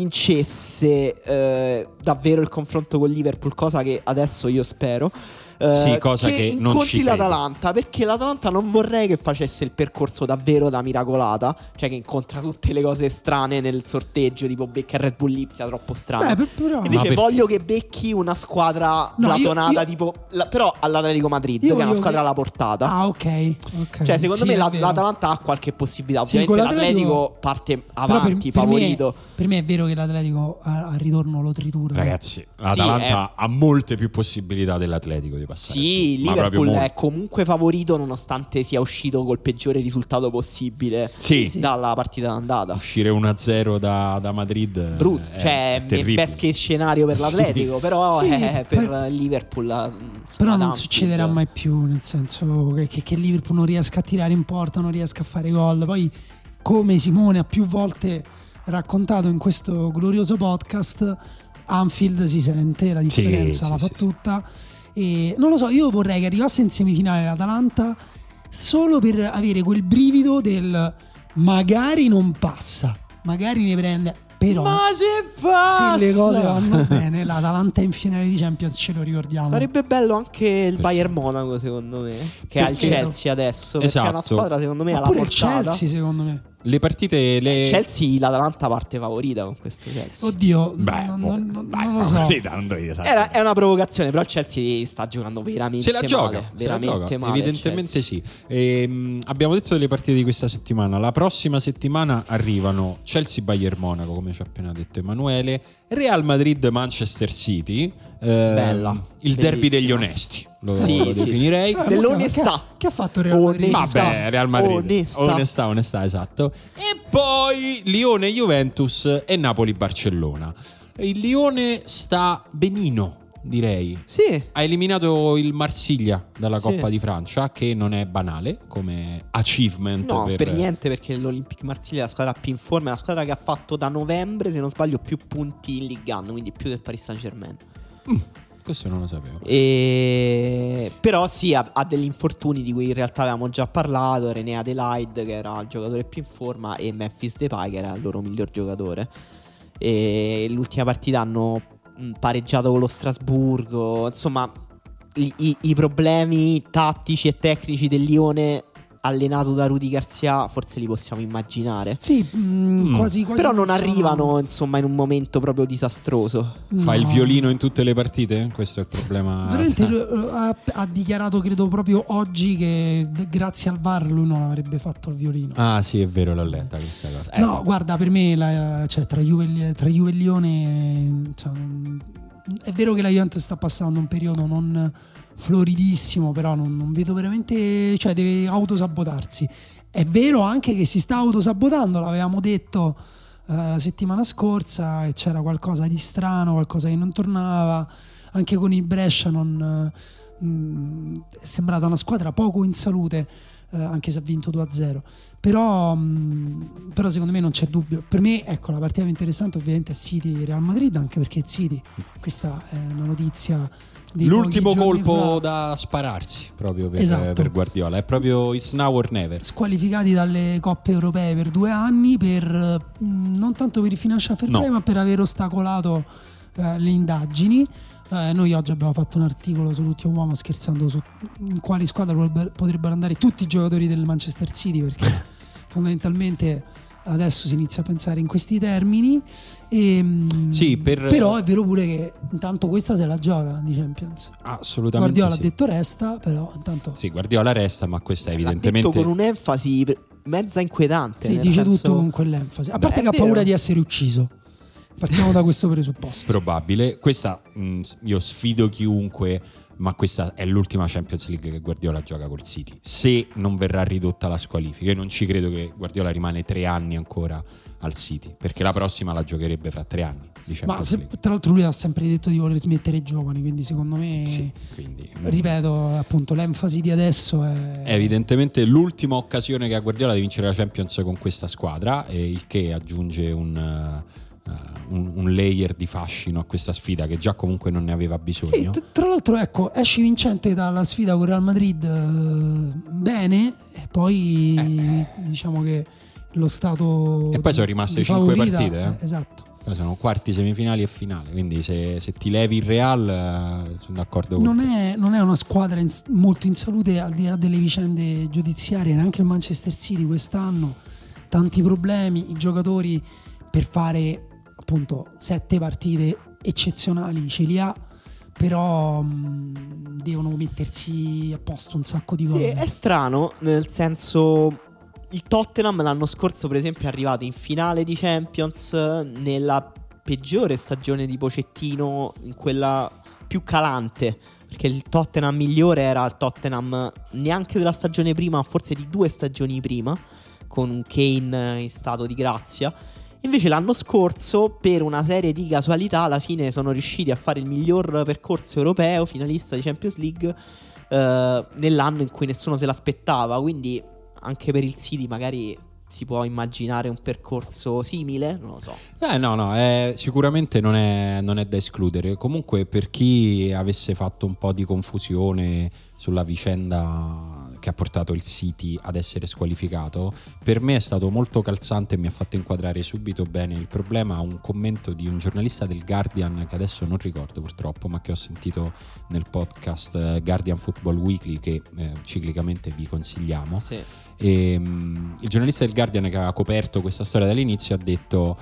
vincesse davvero il confronto con Liverpool, cosa che adesso io spero, sì, cosa che non incontri ci credo. l'Atalanta, perché l'Atalanta non vorrei che facesse il percorso davvero da miracolata, cioè che incontra tutte le cose strane nel sorteggio, tipo becca Red Bull Lipsia, troppo strano. Però, Invece voglio che becchi una squadra blasonata, tipo però all'Atletico Madrid, che è una squadra alla portata. Ah, ok. Cioè secondo me è vero. l'Atalanta ha qualche possibilità. Sì, Ovviamente con l'Atletico parte avanti, per favorito. Per me è vero che l'Atletico al ritorno lo tritura. Ragazzi, l'Atalanta ha molte più possibilità dell'Atletico di passare. Sì, Ma Liverpool proprio è comunque favorito nonostante sia uscito col peggiore risultato possibile dalla partita d'andata. Uscire 1-0 da Madrid cioè best case scenario per l'Atletico, però per Liverpool però non succederà mai più, nel senso che Liverpool non riesca a tirare in porta, non riesca a fare gol. Poi, come Simone ha più volte raccontato in questo glorioso podcast, Anfield si sente la differenza, la fa tutta. E non lo so, io vorrei che arrivasse in semifinale l'Atalanta solo per avere quel brivido del magari non passa, magari ne prende, però ma se passa, se le cose vanno bene l'Atalanta in finale di Champions, ce lo ricordiamo. Sarebbe bello anche il Bayern Monaco, secondo me, che ha il Chelsea adesso, perché è una squadra secondo me alla pure portata. il Chelsea secondo me. Le partite Chelsea, l'Atalanta parte favorita con questo Chelsea. Oddio, non lo so. È una provocazione, però il Chelsea sta giocando veramente se la gioca, male, veramente male. Evidentemente sì. Abbiamo detto delle partite di questa settimana. La prossima settimana arrivano Chelsea-Bayern Monaco, come ci ha appena detto Emanuele, Real Madrid-Manchester City, bella, il derby degli onesti. Lo definirei dell'onestà. Che ha fatto Real Madrid? Vabbè, Real Madrid. Onestà, esatto. E poi Lione-Juventus e Napoli-Barcellona. Il Lione sta benino, direi. Sì. Ha eliminato il Marsiglia dalla Coppa di Francia, che non è banale come achievement. No, per niente, perché l'Olympique Marsiglia è la squadra più in forma, è la squadra che ha fatto da novembre, se non sbaglio, più punti in Ligue 1, quindi più del Paris Saint-Germain. Questo non lo sapevo. Però sì, ha degli infortuni di cui in realtà avevamo già parlato. René Adelaide, che era il giocatore più in forma, e Memphis Depay, che era il loro miglior giocatore. E l'ultima partita hanno pareggiato con lo Strasburgo. Insomma, i problemi tattici e tecnici del Lione, allenato da Rudy Garcia, forse li possiamo immaginare. Sì, quasi. Però non arrivano, insomma, in un momento proprio disastroso. Fa il violino in tutte le partite? Questo è il problema. Veramente ha dichiarato, credo proprio oggi, che grazie al VAR lui non avrebbe fatto il violino. Ah sì, è vero, l'ho letta questa cosa. No, guarda, per me tra Juve e Lione, è vero che la Juventus sta passando un periodo non floridissimo, però non vedo veramente, cioè deve autosabotarsi. È vero anche che si sta autosabotando, l'avevamo detto la settimana scorsa, e c'era qualcosa di strano, qualcosa che non tornava. Anche con il Brescia è sembrata una squadra poco in salute. anche se ha vinto 2-0. Però secondo me non c'è dubbio. Per me, ecco, la partita più interessante ovviamente è City-Real Madrid, anche perché City, questa è una notizia di l'ultimo pochi giorni colpo fa, da spararsi proprio Esatto. per Guardiola, è proprio it's now or never. squalificati dalle coppe europee per 2 anni non tanto per il financial fair play, ma per aver ostacolato le indagini. Noi oggi abbiamo fatto un articolo sull'ultimo uomo scherzando su in quali squadra potrebbero andare tutti i giocatori del Manchester City, perché fondamentalmente adesso si inizia a pensare in questi termini. Però è vero pure che intanto questa se la gioca di Champions. Assolutamente. Guardiola sì. ha detto resta, però intanto Sì, Guardiola resta, ma questa è L'ha evidentemente detto con un'enfasi mezza inquietante. sì, nel dice senso- tutto con quell'enfasi. A parte Beh, che ha è vero. paura di essere ucciso. Partiamo da questo presupposto. probabile. Questa io sfido chiunque, ma questa è l'ultima Champions League che Guardiola gioca col City, se non verrà ridotta la squalifica. Io non ci credo che Guardiola rimane 3 anni ancora al City, perché la prossima la giocherebbe fra 3 anni di Ma Champions League. tra l'altro lui ha sempre detto di voler smettere i giovani, quindi secondo me, Sì, quindi ripeto, appunto l'enfasi di adesso è evidentemente l'ultima occasione che ha Guardiola di vincere la Champions con questa squadra, e il che aggiunge un layer di fascino a questa sfida che già comunque non ne aveva Sì, bisogno. tra l'altro ecco, esci vincente dalla sfida con Real Madrid bene, e poi diciamo che lo stato E poi sono rimaste di 5 favorita, partite, esatto. Poi sono quarti, semifinali e finale, quindi se ti levi il Real sono d'accordo con Non te. è una squadra molto in salute, al di là delle vicende giudiziarie. Neanche il Manchester City quest'anno, tanti problemi, i giocatori per fare appunto 7 partite eccezionali ce li ha, però devono mettersi a posto un sacco di Sì, cose. è strano, nel senso, il Tottenham l'anno scorso per esempio è arrivato in finale di Champions nella peggiore stagione di Pochettino, in quella più calante, perché il Tottenham migliore era il Tottenham neanche della stagione prima, ma forse di 2 stagioni prima, con un Kane in stato di grazia. Invece l'anno scorso, per una serie di casualità, alla fine sono riusciti a fare il miglior percorso europeo, finalista di Champions League, nell'anno in cui nessuno se l'aspettava. Quindi anche per il City magari si può immaginare un percorso simile, non lo so. No, sicuramente non è da escludere. Comunque, per chi avesse fatto un po' di confusione sulla vicenda che ha portato il City ad essere squalificato, per me è stato molto calzante e mi ha fatto inquadrare subito bene il problema un commento di un giornalista del Guardian, che adesso non ricordo purtroppo, ma che ho sentito nel podcast Guardian Football Weekly, che ciclicamente vi consigliamo. Sì. E, il giornalista del Guardian che aveva coperto questa storia dall'inizio ha detto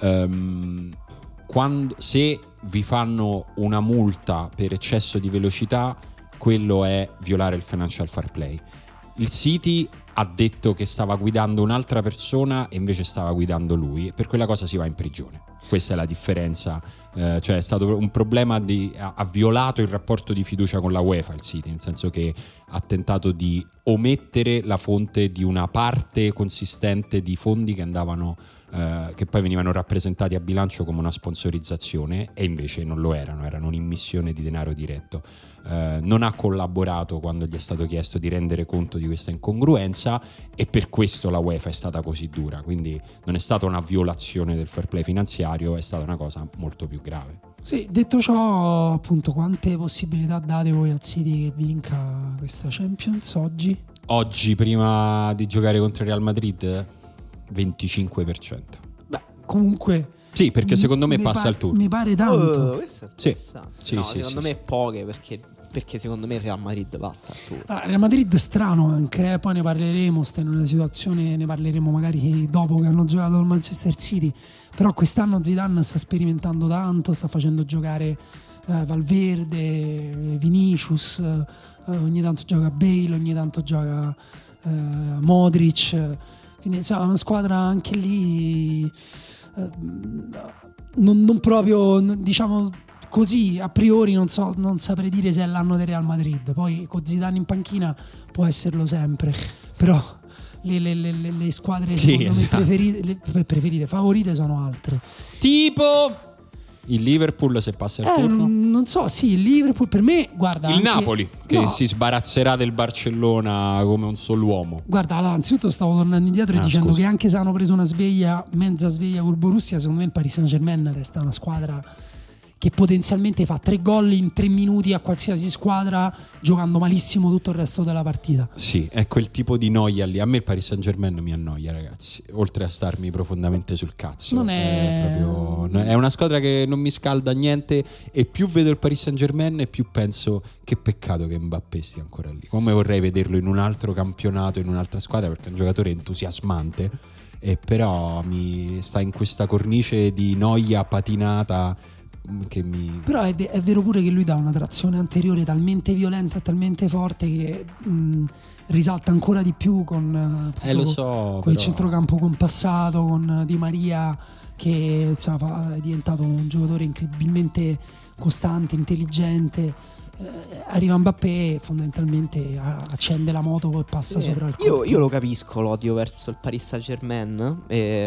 se vi fanno una multa per eccesso di velocità, quello è violare il financial fair play. Il City ha detto che stava guidando un'altra persona e invece stava guidando lui, e per quella cosa si va in prigione. Questa è la differenza, cioè è stato un problema ha violato il rapporto di fiducia con la UEFA il City, nel senso che ha tentato di omettere la fonte di una parte consistente di fondi che andavano che poi venivano rappresentati a bilancio come una sponsorizzazione, e invece non lo erano un'immissione di denaro diretto. Non ha collaborato quando gli è stato chiesto di rendere conto di questa incongruenza, e per questo la UEFA è stata così dura. Quindi non è stata una violazione del fair play finanziario, è stata una cosa molto più grave. Sì, detto ciò, appunto, quante possibilità date voi al City che vinca questa Champions oggi? Oggi, prima di giocare contro il Real Madrid, 25%. Beh, comunque Sì, perché secondo me passa il turno. mi pare tanto. Questo è Sì. interessante. Sì, No, sì, secondo sì, me sì. poche, perché secondo me il Real Madrid passa al turno. Allora, Real Madrid strano anche, poi ne parleremo, sta in una situazione, ne parleremo magari dopo che hanno giocato al Manchester City, però quest'anno Zidane sta sperimentando tanto, sta facendo giocare Valverde, Vinicius, ogni tanto gioca Bale, ogni tanto gioca Modric, quindi insomma una squadra anche lì non proprio, diciamo così, a priori non saprei dire se è l'anno del Real Madrid. Poi con Zidane in panchina può esserlo sempre, però le squadre Sì, secondo me esatto. preferite, favorite sono altre. Tipo Il Liverpool se passa il turno? Non so, sì, il Liverpool per me, guarda. Il Napoli che no, si sbarazzerà del Barcellona come un solo uomo. Guarda, allora, anzitutto stavo tornando indietro e dicendo scusa. che anche se hanno preso una sveglia, mezza sveglia col Borussia, secondo me il Paris Saint-Germain resta una squadra che potenzialmente fa 3 gol in 3 minuti a qualsiasi squadra, giocando malissimo tutto il resto della partita. Sì, è quel tipo di noia lì. A me il Paris Saint-Germain mi annoia, ragazzi. Oltre a starmi profondamente sul cazzo. Non è- È una squadra che non mi scalda niente. E più vedo il Paris Saint-Germain e più penso che peccato che Mbappé stia ancora lì. Come vorrei vederlo in un altro campionato, in un'altra squadra, perché è un giocatore entusiasmante. E però mi sta in questa cornice di noia patinata che mi... Però è vero pure che lui dà una trazione anteriore talmente violenta e talmente forte che risalta ancora di più con, lo so, con però... il centrocampo compassato, con Di Maria che insomma, è diventato un giocatore incredibilmente costante, intelligente. Arriva Mbappé e fondamentalmente accende la moto e passa sopra il corpo. Io lo capisco l'odio verso il Paris Saint-Germain,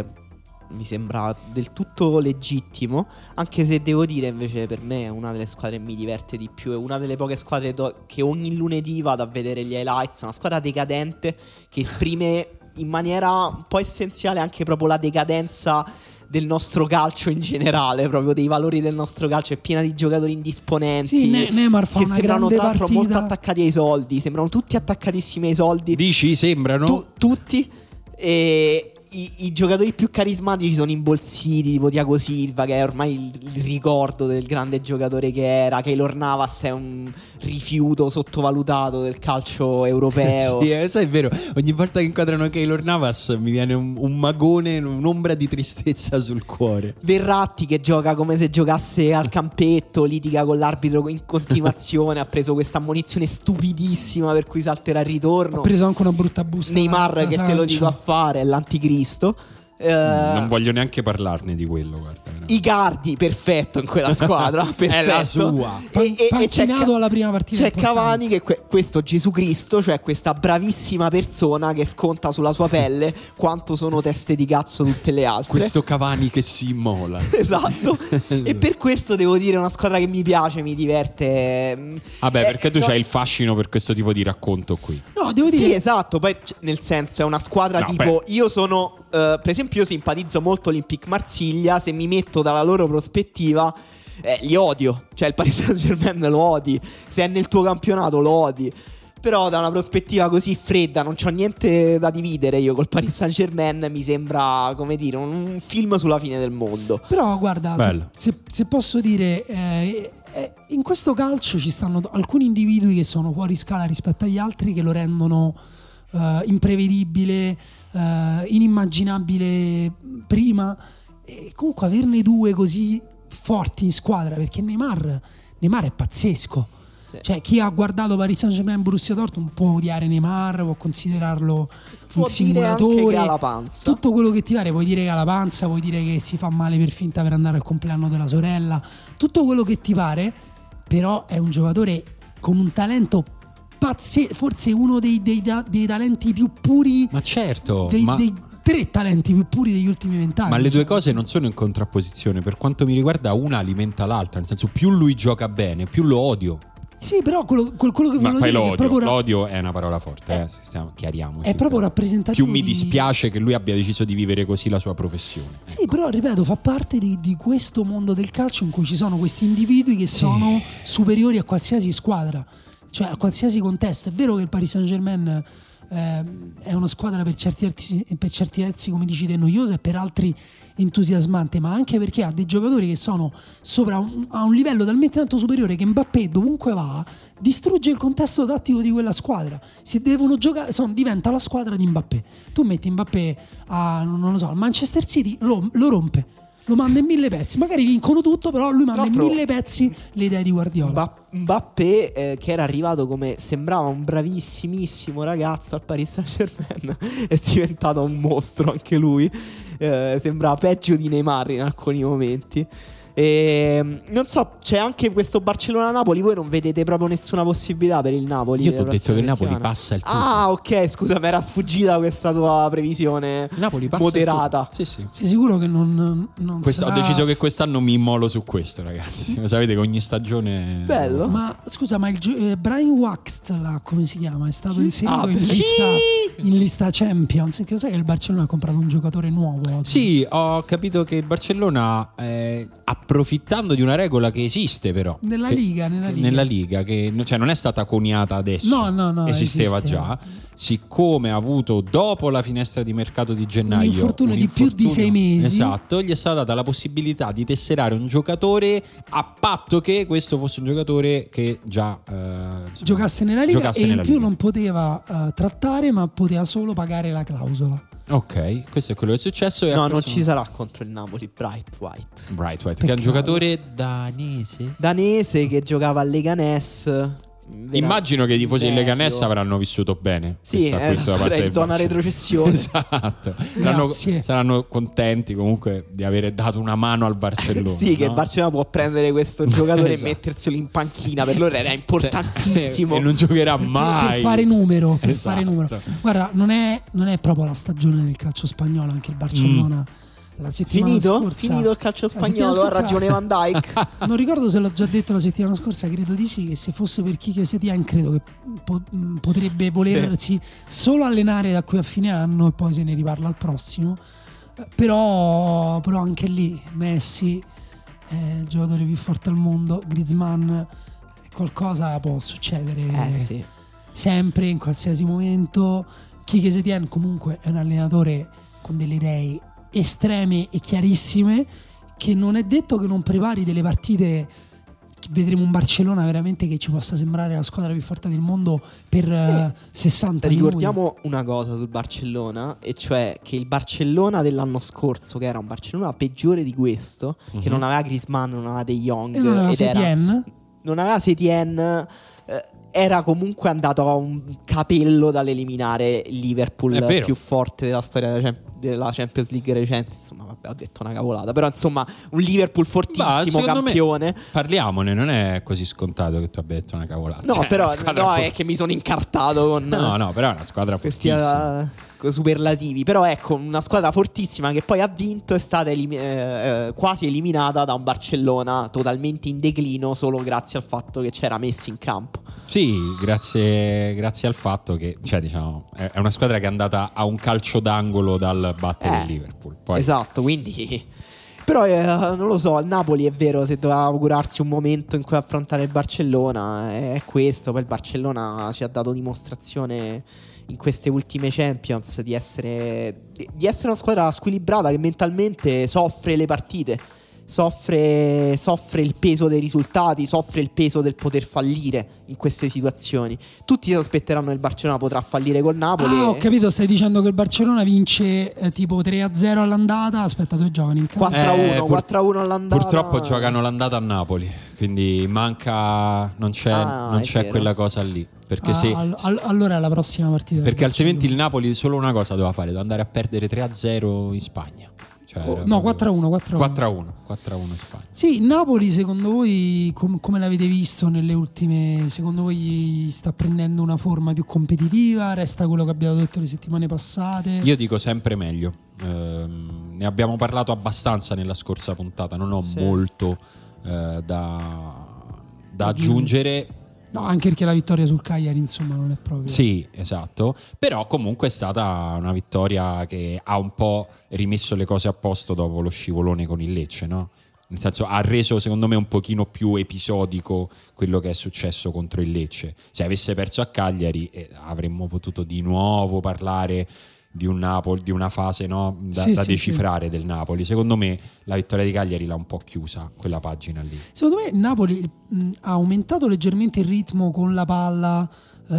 mi sembra del tutto legittimo, anche se devo dire invece per me è una delle squadre che mi diverte di più, è una delle poche squadre che ogni lunedì vado a vedere gli highlights, una squadra decadente che esprime in maniera un po' essenziale anche proprio la decadenza del nostro calcio in generale, proprio dei valori del nostro calcio, è piena di giocatori indisponenti. Sì, Neymar fa che una sembrano grande tra l'altro partita. molto attaccati ai soldi, sembrano tutti attaccatissimi ai soldi. Dici, sembrano? Tutti. E i giocatori più carismatici sono imbolsiti, tipo Thiago Silva, che è ormai il ricordo del grande giocatore che era. Keylor Navas è un rifiuto sottovalutato del calcio europeo. Sì, sai, è vero. Ogni volta che inquadrano Keylor Navas mi viene un magone, un'ombra di tristezza sul cuore. Verratti che gioca come se giocasse al campetto, litiga con l'arbitro in continuazione, ha preso questa ammonizione stupidissima per cui salterà il ritorno. Ha preso anche una brutta busta Neymar da che te lo Sancho. dico a fare, è l'anticristo. Non voglio neanche parlarne di quello, guarda. Icardi perfetto in quella squadra, perfetto. È la sua. Panchinato alla prima partita c'è importante. Cavani che questo Gesù Cristo, cioè questa bravissima persona che sconta sulla sua pelle quanto sono teste di cazzo tutte le altre. Questo Cavani che si immola. Esatto. E per questo devo dire è una squadra che mi piace, mi diverte. Vabbè, perché tu no, c'hai il fascino per questo tipo di racconto qui. No, devo dire Sì, esatto. Poi nel senso è una squadra No, tipo io sono per esempio io simpatizzo molto Olympique Marsiglia. Se mi metto dalla loro prospettiva li odio. Cioè il Paris Saint-Germain lo odi. Se è nel tuo campionato lo odi. Però da una prospettiva così fredda non c'ho niente da dividere io col Paris Saint-Germain. Mi sembra, come dire, un film sulla fine del mondo. Però guarda, Bello. se posso dire, in questo calcio ci stanno alcuni individui che sono fuori scala rispetto agli altri, che lo rendono imprevedibile, inimmaginabile prima. E comunque averne due così forti in squadra, perché Neymar è pazzesco. Sì. Cioè, chi ha guardato Paris Saint-Germain e Borussia Dortmund può odiare Neymar, può considerarlo Può un dire anche simulatore, che ha la panza. tutto quello che ti pare. Puoi dire che ha la panza, puoi dire che si fa male per finta per andare al compleanno della sorella, tutto quello che ti pare. Però è un giocatore con un talento pazzesco, forse uno dei talenti più puri, Ma certo, dei 3 talenti più puri degli ultimi 20 anni. ma le due Cioè, cose non sono in contrapposizione. Per quanto mi riguarda, una alimenta l'altra. Nel senso, più lui gioca bene, più lo odio. sì, però quello che Ma volevo poi dire è che proprio l'odio è una parola forte, chiariamoci. è proprio rappresentativo. Più mi di- dispiace che lui abbia deciso di vivere così la sua professione. Sì, però ripeto, fa parte di questo mondo del calcio in cui ci sono questi individui che sono superiori a qualsiasi squadra, cioè a qualsiasi contesto. È vero che il Paris Saint-Germain è una squadra per certi versi, come dici te, noiosa, e per altri entusiasmante, ma anche perché ha dei giocatori che sono a un livello talmente tanto superiore che Mbappé dovunque va distrugge il contesto tattico di quella squadra. Si devono giocare, diventa la squadra di Mbappé. Tu metti Mbappé non lo so, al Manchester City, lo rompe, lo manda in 1000 pezzi. Magari vincono tutto, però lui manda in 1000 pezzi le idee di Guardiola. Mbappé che era arrivato come sembrava un bravissimissimo ragazzo al Paris Saint-Germain è diventato un mostro anche lui. Sembrava peggio di Neymar in alcuni momenti. Non so, c'è anche questo Barcellona-Napoli. Voi non vedete proprio nessuna possibilità per il Napoli? Io ti ho la detto che il prossima Napoli settimana? passa il turno. Ah, ok, scusa, mi era sfuggita questa tua previsione Il Napoli passa moderata. il turno. Sì. Sei sicuro che non Ho sarà... deciso che quest'anno mi immolo su questo, ragazzi. Lo sapete che ogni stagione... Bello. Ma scusa, ma Brian Waxtla, come si chiama? È stato inserito Ah, in lista Champions. Che lo sai che il Barcellona ha comprato un giocatore nuovo? Sì, ho capito che il Barcellona, approfittando di una regola che esiste però Nella che- Liga, nella Liga. che cioè non è stata coniata adesso, No, esisteva esiste. già, siccome ha avuto dopo la finestra di mercato di gennaio Un infortunio di più di 6 mesi. esatto, gli è stata data la possibilità di tesserare un giocatore a patto che questo fosse un giocatore che già Giocasse nella Liga giocasse e in nella più Liga. non poteva trattare, ma poteva solo pagare la clausola. Ok, questo è quello che è successo e No, ha non preso ci sarà contro il Napoli. Bright White, Bright White, che è un Peccato. giocatore danese. danese che giocava a Leganés. Immagino che i tifosi del Vecchio. Leganés avranno vissuto bene. Sì, questo è da una parte squadra in del zona Barcellona. retrocessione. Esatto. Grazie. Saranno contenti comunque di avere dato una mano al Barcellona. Sì, che il no? Barcellona può prendere questo giocatore Esatto. e metterselo in panchina. Per loro era importantissimo. E non giocherà mai. Per fare numero, per Esatto. fare numero. Guarda, non è proprio la stagione del calcio spagnolo, anche il Barcellona. La settimana scorsa, Finito il calcio la settimana spagnolo, ha scorsa- ragione Van Dijk. Non ricordo se l'ho già detto la settimana scorsa, credo di sì, che se fosse per Quique Setién credo che potrebbe volersi solo allenare da qui a fine anno e poi se ne riparla al prossimo. Però anche lì Messi è il giocatore più forte al mondo, Griezmann, qualcosa può succedere Sì. sempre, in qualsiasi momento. Quique Setién comunque è un allenatore con delle idee estreme e chiarissime, che non è detto che non prepari delle partite. Vedremo un Barcellona veramente che ci possa sembrare la squadra più forte del mondo per 60 minuti. Ricordiamo una cosa sul Barcellona, e cioè che il Barcellona dell'anno scorso, che era un Barcellona peggiore di questo, che non aveva Griezmann, non aveva De Jong e non aveva ed era- Setién. non aveva Setien, era comunque andato a un capello dall'eliminare il Liverpool È vero. più forte della storia della Champions League recente. Insomma, vabbè, ho detto una cavolata, però insomma un Liverpool fortissimo, secondo me- campione. Parliamone, non è così scontato che tu abbia detto una cavolata. No, Cioè, però una squadra no, fort- è che mi sono incartato con No, però è una squadra questi fortissima. superlativi. Però ecco, una squadra fortissima che poi ha vinto, è stata quasi eliminata da un Barcellona totalmente in declino solo grazie al fatto che c'era Messi in campo. Sì, grazie al fatto che, cioè, diciamo, è una squadra che è andata a un calcio d'angolo dal battere il Liverpool. Poi, Esatto, quindi però non lo so, il Napoli è vero, se doveva augurarsi un momento in cui affrontare il Barcellona è questo. Poi il Barcellona ci ha dato dimostrazione in queste ultime Champions di essere una squadra squilibrata che mentalmente soffre le partite, soffre il peso dei risultati, soffre il peso del poter fallire in queste situazioni. Tutti si aspetteranno che il Barcellona potrà fallire col Napoli. Ho capito, stai dicendo che il Barcellona vince tipo 3-0 all'andata. Aspetta, dove giocano in casa? 4-1, 4-1 all'andata. Purtroppo giocano l'andata a Napoli, quindi non c'è è vero. quella cosa lì. Perché se Allora è la prossima partita. perché del altrimenti il Barcellona. Napoli solo una cosa doveva fare, doveva andare a perdere 3-0 in Spagna. Cioè, era No, proprio- 4-1. 4-1 in Spagna. Sì, Napoli secondo voi come l'avete visto nelle ultime? Secondo voi sta prendendo una forma più competitiva? Resta quello che abbiamo detto le settimane passate? Io dico sempre meglio. Ne abbiamo parlato abbastanza nella scorsa puntata. Non ho molto da aggiungere. No, anche perché la vittoria sul Cagliari insomma non è proprio. Sì, esatto. Però comunque è stata una vittoria che ha un po' rimesso le cose a posto dopo lo scivolone con il Lecce, no? Nel senso, ha reso secondo me un pochino più episodico quello che è successo contro il Lecce. Se avesse perso a Cagliari avremmo potuto di nuovo parlare di un Napoli, di una fase, no? da Sì, decifrare del Napoli. Secondo me la vittoria di Cagliari l'ha un po' chiusa quella pagina lì. Secondo me Napoli ha aumentato leggermente il ritmo con la palla,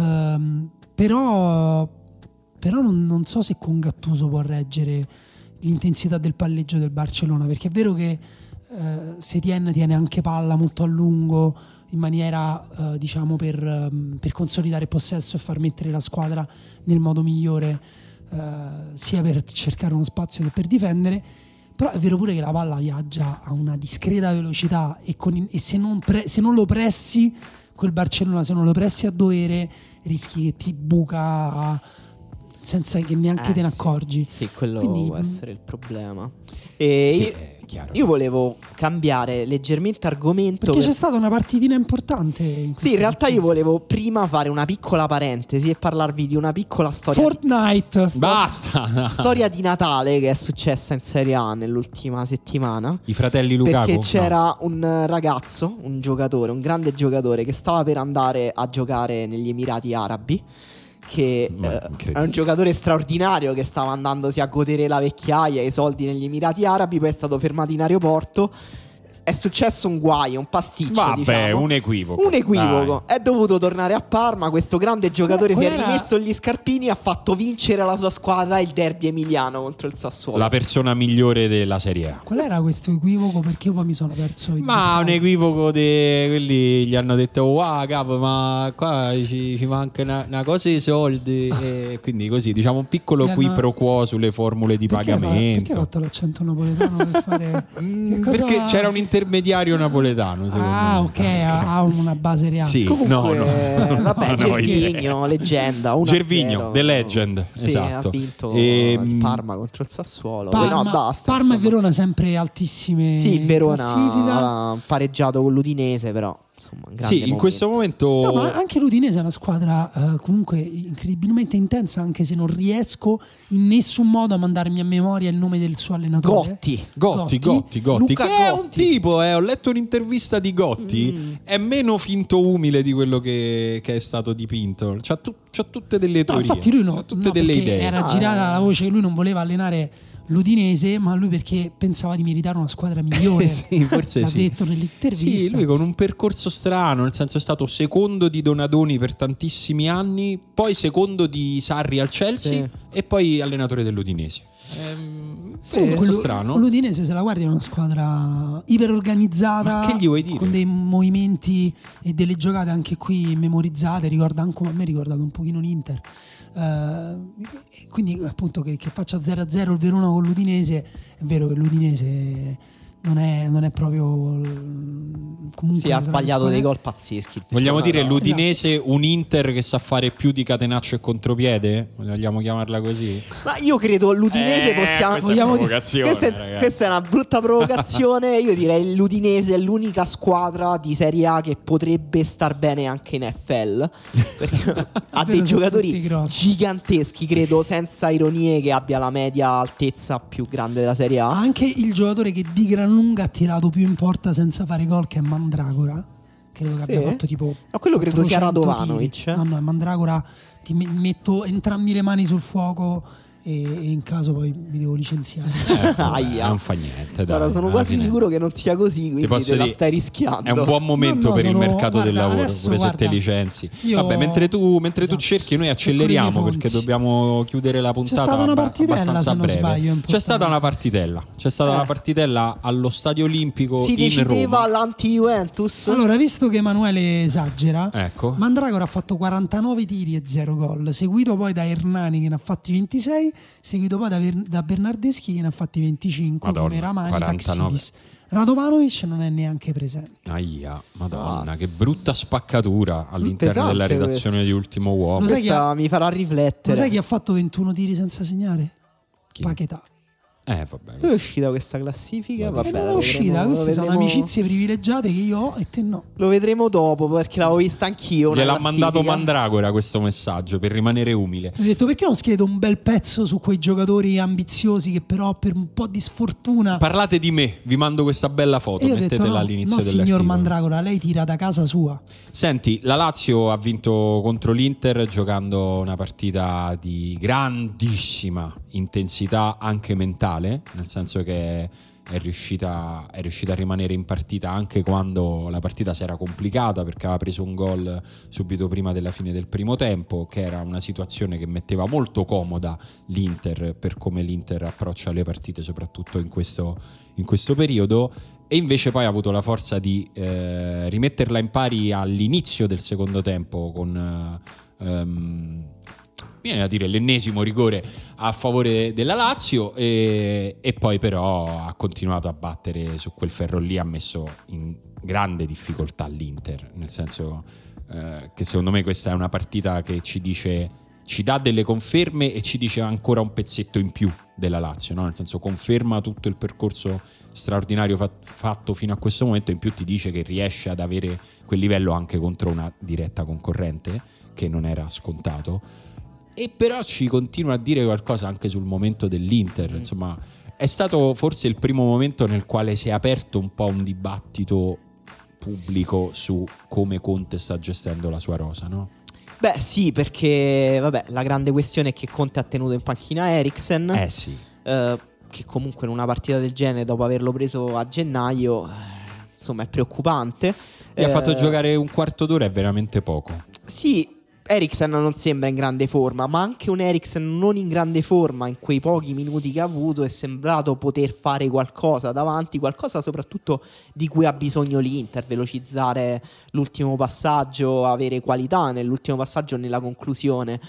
però non so se con Gattuso può reggere l'intensità del palleggio del Barcellona, perché è vero che Setien tiene anche palla molto a lungo in maniera diciamo per consolidare il possesso e far mettere la squadra nel modo migliore, sia per cercare uno spazio che per difendere. Però è vero pure che la palla viaggia a una discreta velocità e se non lo pressi quel Barcellona, se non lo pressi a dovere, rischi che ti buca senza che neanche te ne accorgi. Sì, quello Quindi, può essere il problema. E io volevo cambiare leggermente argomento perché c'è stata una partitina importante in realtà io volevo prima fare una piccola parentesi e parlarvi di una piccola storia Fortnite. Basta. storia di Natale che è successa in Serie A nell'ultima settimana. I fratelli Lukaku. Perché c'era un ragazzo, un giocatore, un grande giocatore che stava per andare a giocare negli Emirati Arabi, che è un giocatore straordinario che stava andandosi a godere la vecchiaia e i soldi negli Emirati Arabi, poi è stato fermato in aeroporto. È successo un guaio, un pasticcio. Vabbè, diciamo. un equivoco. È dovuto tornare a Parma. Questo grande giocatore si è rimesso gli scarpini e ha fatto vincere la sua squadra il derby emiliano contro il Sassuolo. La persona migliore della Serie A. Qual era questo equivoco? Perché io poi mi sono perso un equivoco di quelli gli hanno detto wow capo, ma qua ci manca una cosa di soldi e quindi così diciamo un piccolo qui pro quo sulle formule di pagamento. Perché hai fatto l'accento napoletano per fare perché c'era un intermediario napoletano me. Ok, ha una base reale. Sì, comunque, vabbè, Gervinho, leggenda, 1-0. Gervinho, The Legend, sì, esatto. Ha vinto il Parma contro il Sassuolo. Basta, Parma e Verona sempre altissime. Sì, Verona classifica. ha pareggiato con l'Udinese, però insomma, un grande sì, in questo momento. No, ma anche l'Udinese è una squadra comunque incredibilmente intensa, anche se non riesco in nessun modo a mandarmi a memoria il nome del suo allenatore. Gotti. Luca Che è un Gotti. tipo, ho letto un'intervista di Gotti, è meno finto umile di quello che è stato dipinto. C'ha tutte delle teorie. Infatti lui c'ha tutte delle idee. Era girata la voce che lui non voleva allenare l'Udinese, ma lui perché pensava di meritare una squadra migliore. Sì, forse l'ha detto nell'intervista. Sì, lui con un percorso strano, nel senso è stato secondo di Donadoni per tantissimi anni, poi secondo di Sarri al Chelsea e poi allenatore dell'Udinese. Percorso strano. L'Udinese, se la guardi, è una squadra iperorganizzata, che gli vuoi dire? con dei movimenti e delle giocate anche qui memorizzate. A me ricordato un pochino l'Inter. Quindi appunto che faccia 0-0 il Verona con l'Udinese, è vero che l'Udinese non è proprio comunque sì, ha sbagliato dei gol pazzeschi. Vogliamo dire l'Udinese un Inter che sa fare più di catenaccio e contropiede? Vogliamo chiamarla così? Ma io credo l'Udinese questa è una brutta provocazione. Io direi l'Udinese è l'unica squadra di Serie A che potrebbe star bene anche in FL, perché ha dei giocatori giganteschi, credo senza ironie che abbia la media altezza più grande della Serie A. Anche il giocatore che di gran lunga ha tirato più in porta senza fare gol, che è Mandragora, credo che abbia fatto tipo, ma quello credo sia Radovanovic. No, è Mandragora. Ti metto entrambi le mani sul fuoco e in caso poi mi devo licenziare. Non fa niente, dai. Allora, sono quasi sicuro che non sia così, quindi te la stai rischiando. È un buon momento per il mercato del lavoro, pure se te licenzi. Vabbè, mentre tu cerchi, noi acceleriamo perché dobbiamo chiudere la puntata. C'è stata una partitella, se non sbaglio. C'è stata una partitella allo Stadio Olimpico si in decideva Roma. l'anti-Juventus. Allora, visto che Emanuele esagera, ecco, Mandragora ha fatto 49 tiri e 0 gol, seguito poi da Hernani che ne ha fatti 26, seguito poi da Bernardeschi che ne ha fatti 25. Madonna, come Ramani, 49. Taxidis. Radovanovic non è neanche presente. Aia, madonna, che brutta spaccatura all'interno Pesante della redazione questo. di Ultimo Uomo. Questa mi farà riflettere. Lo sai chi ha fatto 21 tiri senza segnare? Chi? Paquetà. Vabbè. Dove è uscita questa classifica? Vabbè, non è uscita, queste sono amicizie privilegiate che io ho e te no. Lo vedremo dopo perché l'avevo vista anch'io. Gliel'ha mandato Mandragora questo messaggio per rimanere umile. Ho detto perché non scrivete un bel pezzo su quei giocatori ambiziosi che però per un po' di sfortuna. Parlate di me, vi mando questa bella foto, mettetela detto, all'inizio no, dell'articolo. Signor Mandragora, lei tira da casa sua. Senti, la Lazio ha vinto contro l'Inter giocando una partita di grandissima intensità anche mentale, nel senso che è riuscita a rimanere in partita anche quando la partita si era complicata, perché aveva preso un gol subito prima della fine del primo tempo, che era una situazione che metteva molto comoda l'Inter per come l'Inter approccia le partite soprattutto in questo periodo, e invece poi ha avuto la forza di rimetterla in pari all'inizio del secondo tempo con viene da dire l'ennesimo rigore a favore della Lazio, e poi però ha continuato a battere su quel ferro lì, ha messo in grande difficoltà l'Inter, nel senso che secondo me questa è una partita che ci dà delle conferme e ci dice ancora un pezzetto in più della Lazio, no? Nel senso, conferma tutto il percorso straordinario fatto fino a questo momento, in più ti dice che riesce ad avere quel livello anche contro una diretta concorrente, che non era scontato. E però ci continua a dire qualcosa anche sul momento dell'Inter. Insomma, è stato forse il primo momento nel quale si è aperto un po' un dibattito pubblico su come Conte sta gestendo la sua rosa, no? Beh sì, perché vabbè, la grande questione è che Conte ha tenuto in panchina Eriksen, Sì. che comunque in una partita del genere, dopo averlo preso a gennaio, insomma è preoccupante. Gli ha fatto giocare un quarto d'ora, è veramente poco. Sì, Eriksen non sembra in grande forma, ma anche un Eriksen non in grande forma in quei pochi minuti che ha avuto è sembrato poter fare qualcosa davanti, qualcosa soprattutto di cui ha bisogno l'Inter: velocizzare l'ultimo passaggio, avere qualità nell'ultimo passaggio, nella conclusione,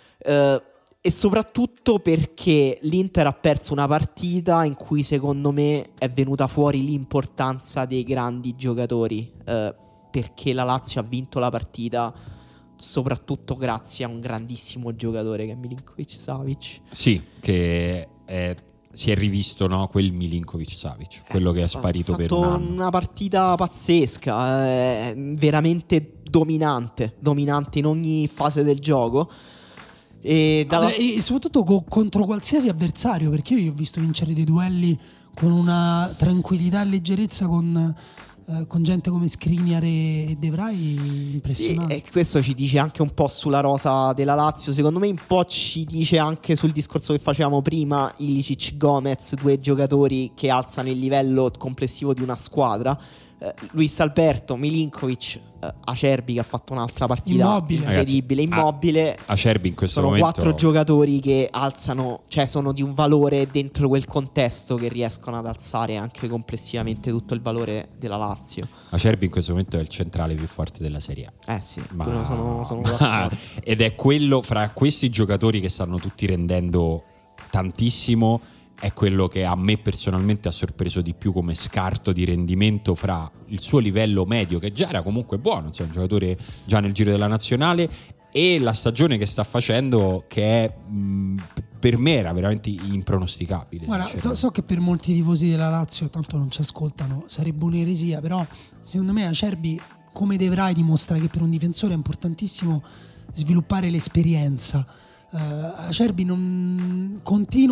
e soprattutto perché l'Inter ha perso una partita in cui secondo me è venuta fuori l'importanza dei grandi giocatori, perché la Lazio ha vinto la partita soprattutto grazie a un grandissimo giocatore che è Milinkovic-Savic. Sì, che si è rivisto, no? Quel Milinkovic-Savic, quello che è sparito per un anno. Una partita pazzesca, veramente dominante in ogni fase del gioco. E soprattutto contro qualsiasi avversario, perché io ho visto vincere dei duelli con una tranquillità e leggerezza con gente come Skriniar e De Vrij impressionante. E questo ci dice anche un po' sulla rosa della Lazio, secondo me un po' ci dice anche sul discorso che facevamo prima, Ilicic, Gomez, due giocatori che alzano il livello complessivo di una squadra. Luis Alberto, Milinkovic, Acerbi che ha fatto un'altra partita incredibile, Immobile. Acerbi in questo sono momento 4 giocatori che alzano, cioè sono di un valore dentro quel contesto, che riescono ad alzare anche complessivamente tutto il valore della Lazio. Acerbi in questo momento è il centrale più forte della Serie A. Sì, sono d'accordo. Ed è quello, fra questi giocatori che stanno tutti rendendo tantissimo, è quello che a me personalmente ha sorpreso di più come scarto di rendimento fra il suo livello medio, che già era comunque buono, insomma, un giocatore già nel giro della nazionale, e la stagione che sta facendo, che è per me era veramente impronosticabile. Guarda, so che per molti tifosi della Lazio, tanto non ci ascoltano, sarebbe un'eresia, però secondo me Acerbi, come De Vrij, dimostra che per un difensore è importantissimo sviluppare l'esperienza. Acerbi non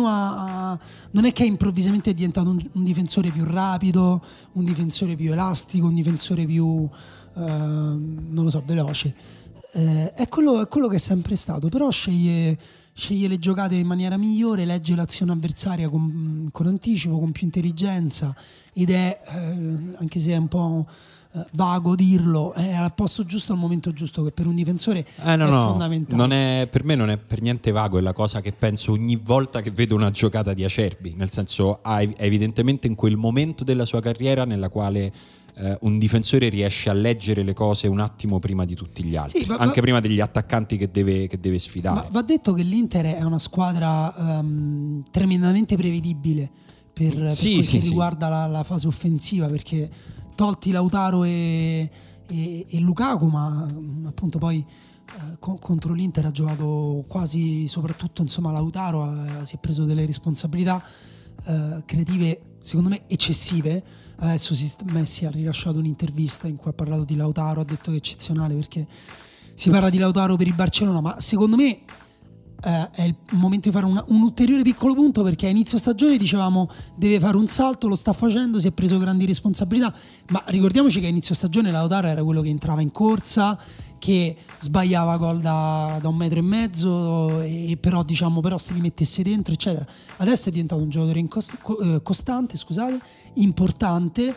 è che improvvisamente è diventato un difensore più rapido, un difensore più elastico, un difensore più non lo so, veloce. È quello che è sempre stato, però sceglie le giocate in maniera migliore, legge l'azione avversaria con anticipo, con più intelligenza, ed è anche se è un po' vago dirlo, è al posto giusto al momento giusto, che per un difensore è fondamentale. Per me non è per niente vago, è la cosa che penso ogni volta che vedo una giocata di Acerbi, nel senso, è evidentemente in quel momento della sua carriera nella quale un difensore riesce a leggere le cose un attimo prima di tutti gli altri, anche prima degli attaccanti che deve sfidare. Ma va detto che l'Inter è una squadra tremendamente prevedibile per quel che riguarda la fase offensiva, perché tolti Lautaro e Lukaku, ma appunto poi contro l'Inter ha giocato quasi soprattutto, insomma, Lautaro si è preso delle responsabilità creative secondo me eccessive. Adesso Messi ha rilasciato un'intervista in cui ha parlato di Lautaro, ha detto che è eccezionale perché si parla di Lautaro per il Barcellona, ma secondo me è il momento di fare un ulteriore piccolo punto, perché a inizio stagione dicevamo deve fare un salto, lo sta facendo, si è preso grandi responsabilità, ma ricordiamoci che a inizio stagione Lautaro era quello che entrava in corsa, che sbagliava gol da 1,5 metri, e però se li mettesse dentro eccetera. Adesso è diventato un giocatore costante, importante,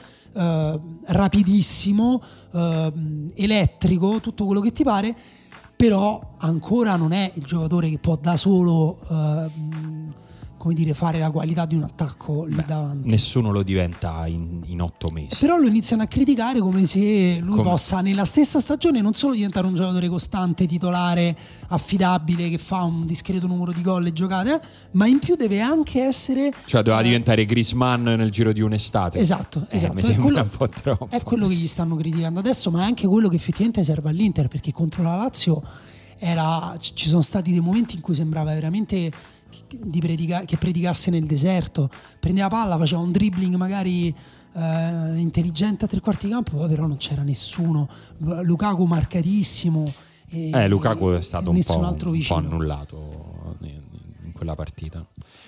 rapidissimo, elettrico, tutto quello che ti pare, però ancora non è il giocatore che può da solo come dire, fare la qualità di un attacco lì davanti. Nessuno lo diventa in 8 mesi. Però lo iniziano a criticare come se lui possa nella stessa stagione non solo diventare un giocatore costante, titolare, affidabile, che fa un discreto numero di gol e giocate, ma in più deve anche essere, cioè doveva diventare Griezmann nel giro di un'estate. Esatto. Mi sembra un po' troppo. È quello che gli stanno criticando adesso, ma è anche quello che effettivamente serve all'Inter, perché contro la Lazio ci sono stati dei momenti in cui sembrava veramente che predicasse nel deserto, prendeva palla, faceva un dribbling magari intelligente a 3/4 di campo, poi però non c'era nessuno. Lukaku marcatissimo, Lukaku è stato un po' annullato in quella partita.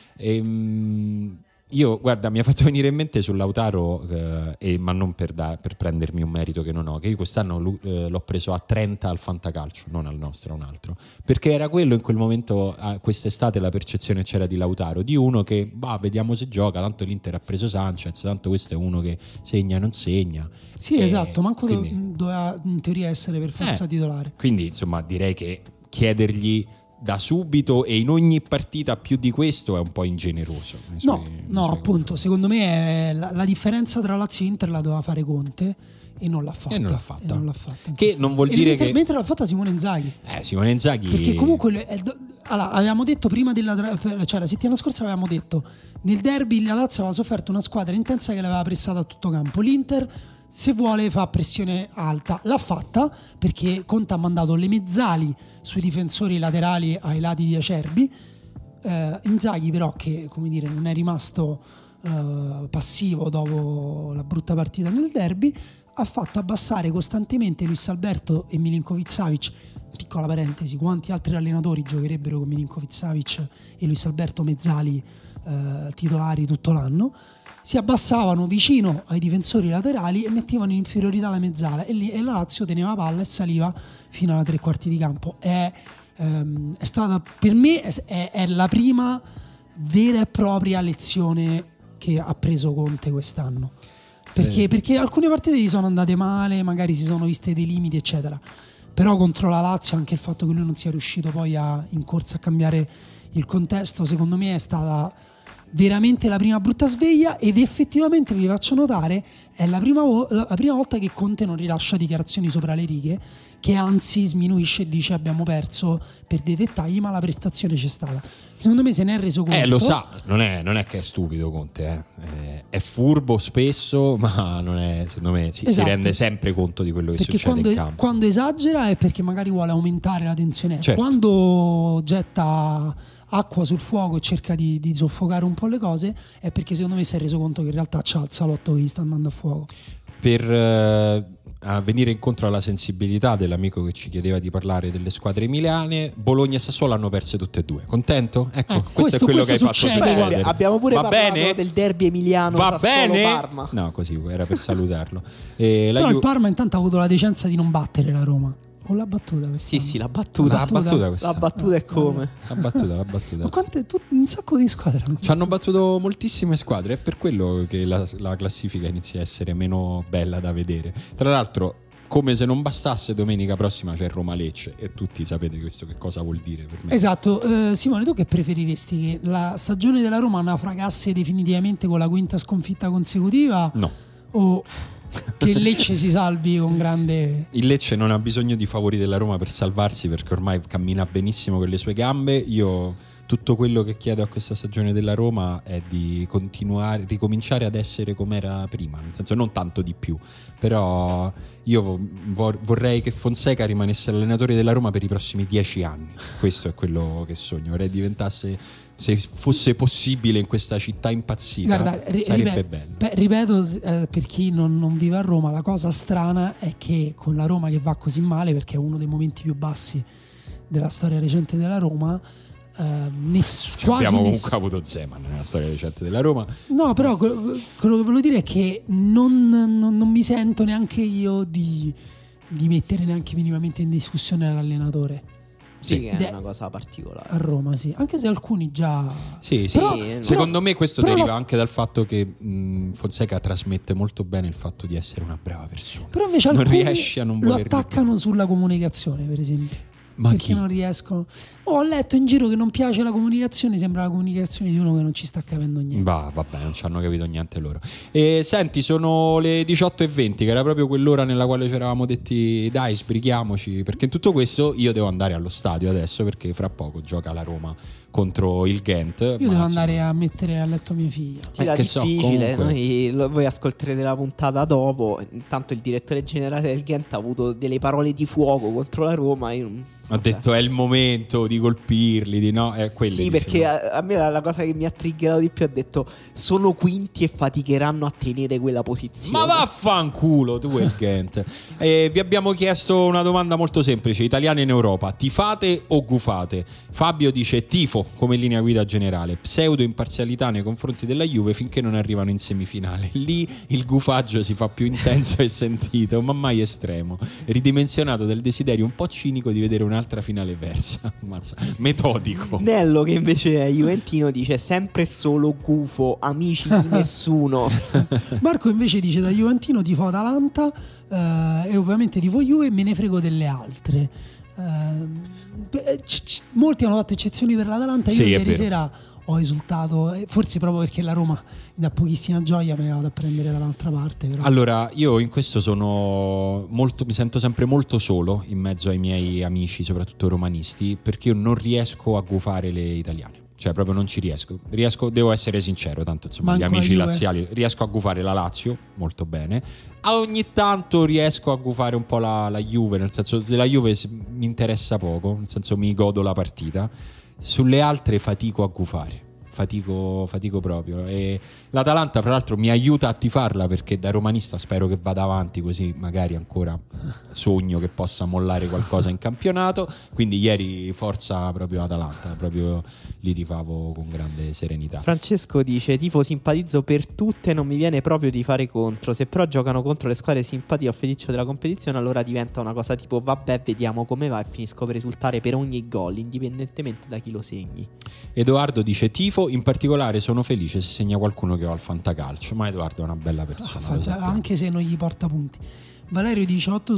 Io, guarda, mi ha fatto venire in mente su Lautaro, ma non per prendermi un merito che non ho, che io quest'anno l'ho preso a 30 al Fantacalcio, non al nostro, a un altro, perché era quello in quel momento, quest'estate, la percezione c'era di Lautaro, di uno che vediamo se gioca, tanto l'Inter ha preso Sanchez, tanto questo è uno che segna non segna. Sì, esatto, manco doveva in teoria essere per forza titolare. Quindi insomma direi che chiedergli da subito e in ogni partita più di questo è un po' ingeneroso. No, appunto, secondo me la differenza tra Lazio e Inter la doveva fare Conte e non l'ha fatta. Che non vuol dire che mentre l'ha fatta Simone Inzaghi. Simone Inzaghi, perché comunque avevamo detto prima cioè la settimana scorsa avevamo detto nel derby la Lazio aveva sofferto una squadra intensa che l'aveva pressata a tutto campo. L'Inter, se vuole, fa pressione alta. L'ha fatta perché Conte ha mandato le mezzali sui difensori laterali ai lati di Acerbi. Inzaghi però, che come dire non è rimasto passivo dopo la brutta partita nel derby, ha fatto abbassare costantemente Luis Alberto e Milinkovic-Savic. Piccola parentesi, quanti altri allenatori giocherebbero con Milinkovic-Savic e Luis Alberto mezzali titolari tutto l'anno? Si abbassavano vicino ai difensori laterali e mettevano in inferiorità la mezzala, e la Lazio teneva palla e saliva fino alla 3/4 di campo. È stata, per me è la prima vera e propria lezione che ha preso Conte quest'anno, perché alcune partite gli sono andate male, magari si sono viste dei limiti eccetera, però contro la Lazio anche il fatto che lui non sia riuscito poi in corsa a cambiare il contesto, secondo me è stata veramente la prima brutta sveglia. Ed effettivamente vi faccio notare è la prima volta che Conte non rilascia dichiarazioni sopra le righe, che anzi sminuisce e dice abbiamo perso per dei dettagli, ma la prestazione c'è stata. Secondo me se ne è reso conto. Lo sa, non è che è stupido Conte, è furbo spesso, ma non è, secondo me si rende sempre conto di quello che succede in campo. Quando esagera è perché magari vuole aumentare la tensione, certo. Quando getta acqua sul fuoco e cerca di soffocare un po' le cose è perché secondo me si è reso conto che in realtà c'ha il salotto che gli sta andando a fuoco. Per a venire incontro alla sensibilità dell'amico che ci chiedeva di parlare delle squadre emiliane, Bologna e Sassuolo hanno perse tutte e due. Contento? Ecco, questo è quello che hai fatto succedere. Abbiamo pure parlato del derby emiliano. Va bene? Parma. No, così era per salutarlo. Però il Parma intanto ha avuto la decenza di non battere la Roma. O l'ha battuta questa? Sì, la battuta. La battuta è come? La battuta. Ma un sacco di squadre ci hanno battuto moltissime squadre, è per quello che la classifica inizia a essere meno bella da vedere. Tra l'altro, come se non bastasse, domenica prossima c'è Roma-Lecce e tutti sapete questo che cosa vuol dire per me. Esatto. Simone, tu che preferiresti? Che la stagione della Roma naufragasse definitivamente con la quinta sconfitta consecutiva? No. O che il Lecce si salvi con grande... Il Lecce non ha bisogno di favori della Roma per salvarsi, perché ormai cammina benissimo con le sue gambe. Io tutto quello che chiedo a questa stagione della Roma è di continuare, ricominciare ad essere come era prima, nel senso non tanto di più, però io vorrei che Fonseca rimanesse l'allenatore della Roma per i prossimi 10 anni. Questo è quello che sogno. Vorrei diventasse, se fosse possibile in questa città impazzita. Guarda, sarebbe bello. Ripeto, per chi non vive a Roma, la cosa strana è che con la Roma che va così male, perché è uno dei momenti più bassi della storia recente della Roma, abbiamo comunque avuto Zeman nella storia recente della Roma. No, però quello che volevo dire è che non mi sento neanche io di mettere neanche minimamente in discussione l'allenatore. Sì, è una cosa particolare a Roma, sì, anche se alcuni già secondo me questo deriva anche dal fatto che Fonseca trasmette molto bene il fatto di essere una brava persona, però invece non alcuni riesce a non lo attaccano sulla comunicazione, per esempio. Ma perché chi? non riescono. Ho letto in giro che non piace la comunicazione, sembra la comunicazione di uno che non ci sta capendo niente. Vabbè, non ci hanno capito niente loro. E senti, sono le 18:20, che era proprio quell'ora nella quale ci eravamo detti dai, sbrighiamoci, perché in tutto questo io devo andare allo stadio adesso, perché fra poco gioca la Roma contro il Ghent. Io devo andare a mettere a letto mia figlia. Era che so, difficile, comunque. voi ascolterete la puntata dopo. Intanto il direttore generale del Ghent ha avuto delle parole di fuoco contro la Roma. Ha detto è il momento di colpirli, di no? Quelli Sì, dicevo. perché a me la cosa che mi ha triggerato di più, ha detto sono quinti e faticheranno a tenere quella posizione. Ma vaffanculo, tu e il Ghent. Vi abbiamo chiesto una domanda molto semplice: italiani in Europa, tifate o gufate? Fabio dice tifo come linea guida generale, pseudo imparzialità nei confronti della Juve finché non arrivano in semifinale. Lì il gufaggio si fa più intenso e sentito, ma mai estremo, ridimensionato dal desiderio un po' cinico di vedere un'altra finale persa. Mazza, metodico. Nello, che invece è juventino, dice sempre solo gufo, amici di nessuno. Marco invece dice da Juventino tifo Atalanta e ovviamente tifo Juve e me ne frego delle altre. Molti hanno fatto eccezioni per l'Atalanta. Io Sì, è ieri vero. sera ho esultato, forse proprio perché la Roma mi dà pochissima gioia, me ne vado a prendere dall'altra parte, però. Allora, io in questo mi sento sempre molto solo in mezzo ai miei amici, soprattutto romanisti, perché io non riesco a gufare le italiane. Cioè proprio non ci riesco. Devo essere sincero, tanto insomma Manco gli amici la Juve. laziali, riesco a gufare la Lazio molto bene. Ogni tanto riesco a gufare un po' la Juve, nel senso della Juve mi interessa poco, nel senso mi godo la partita. Sulle altre fatico a gufare. Fatico proprio. E l'Atalanta, fra l'altro, mi aiuta a tifarla, perché da romanista spero che vada avanti, così magari ancora sogno che possa mollare qualcosa in campionato. Quindi ieri forza proprio Atalanta, proprio li tifavo con grande serenità. Francesco dice tifo, simpatizzo per tutte, non mi viene proprio di fare contro. Se però giocano contro le squadre simpatiche o feticcio della competizione, allora diventa una cosa tipo vabbè, vediamo come va, e finisco per esultare per ogni gol, indipendentemente da chi lo segni. Edoardo dice tifo, in particolare sono felice se segna qualcuno che ho al fantacalcio, ma Edoardo è una bella persona, lo sappiamo. Anche se non gli porta punti. Valerio dice 8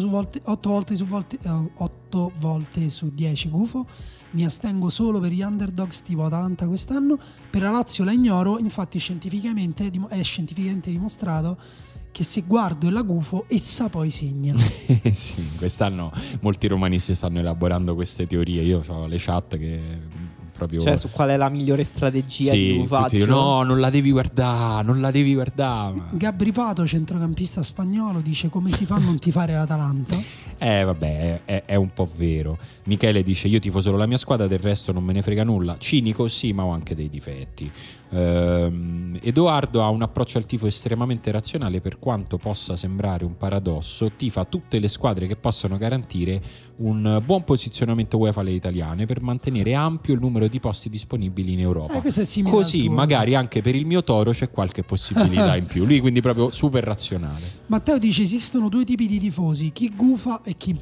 volte su 10 gufo. Mi astengo solo per gli underdogs tipo Atalanta quest'anno. Per la Lazio la ignoro, infatti è scientificamente dimostrato che se guardo e la gufo essa poi segna. Sì, quest'anno molti romanisti stanno elaborando queste teorie. Io ho le chat che proprio, cioè su qual è la migliore strategia sì, di gufaggio. tutti, no, non la devi guardare. Gabri Pato, centrocampista spagnolo, dice come si fa a non tifare l'Atalanta? Vabbè, è un po' vero. Michele dice io tifo solo la mia squadra, del resto non me ne frega nulla. Cinico sì, ma ho anche dei difetti. Edoardo ha un approccio al tifo estremamente razionale, per quanto possa sembrare un paradosso. Tifa tutte le squadre che possano garantire un buon posizionamento UEFA alle italiane, per mantenere ampio il numero di posti disponibili in Europa. Questo è simile al Così tuo. magari anche per il mio Toro c'è qualche possibilità in più. Lui quindi proprio super razionale. Matteo dice esistono due tipi di tifosi, chi gufa e chi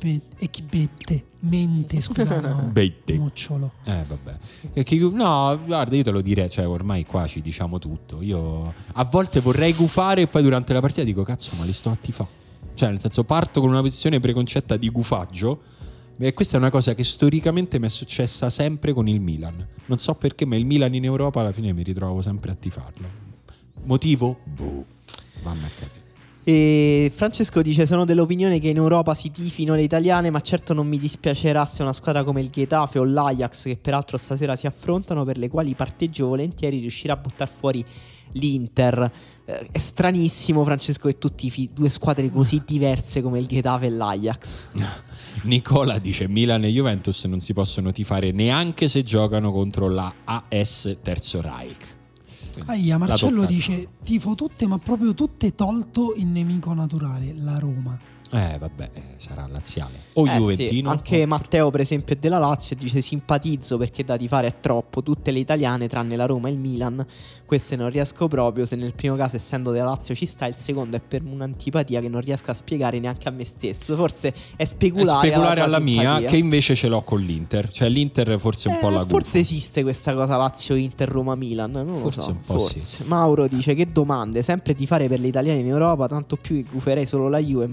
mente, scusate, Bette. nocciolo. Vabbè. No, guarda, io te lo direi, cioè ormai qua ci diciamo tutto. Io a volte vorrei gufare e poi durante la partita dico cazzo, ma li sto a tifare. Cioè nel senso parto con una posizione preconcetta di gufaggio. E questa è una cosa che storicamente mi è successa sempre con il Milan. Non so perché, ma il Milan in Europa alla fine mi ritrovo sempre a tifarlo. Motivo? Boh. Mamma capire. E Francesco dice sono dell'opinione che in Europa si tifino le italiane, ma certo non mi dispiacerà se una squadra come il Getafe o l'Ajax, che peraltro stasera si affrontano, per le quali parteggio volentieri, riuscirà a buttare fuori l'Inter. È stranissimo, Francesco, che tu tifi due squadre così diverse come il Getafe e l'Ajax. Nicola dice Milan e Juventus non si possono tifare neanche se giocano contro la AS Terzo Reich. Aia, Marcello toccata. dice tifo tutte, ma proprio tutte tolto il nemico naturale, la Roma. Vabbè, sarà laziale o Sì, juventino. anche Matteo per esempio è della Lazio, dice simpatizzo perché da tifare è troppo, tutte le italiane tranne la Roma e il Milan, queste non riesco proprio. Se nel primo caso essendo della Lazio ci sta, il secondo è per un'antipatia che non riesco a spiegare neanche a me stesso. Forse è speculare alla mia, simpatia. che invece ce l'ho con l'Inter. Cioè l'Inter forse un po' la gufa. Forse esiste questa cosa Lazio, Inter, Roma, Milan, non Forse lo so, un po' forse. sì. Mauro dice che domande, sempre tifare per le italiane in Europa, tanto più che guferei solo la Juve, ma in fondo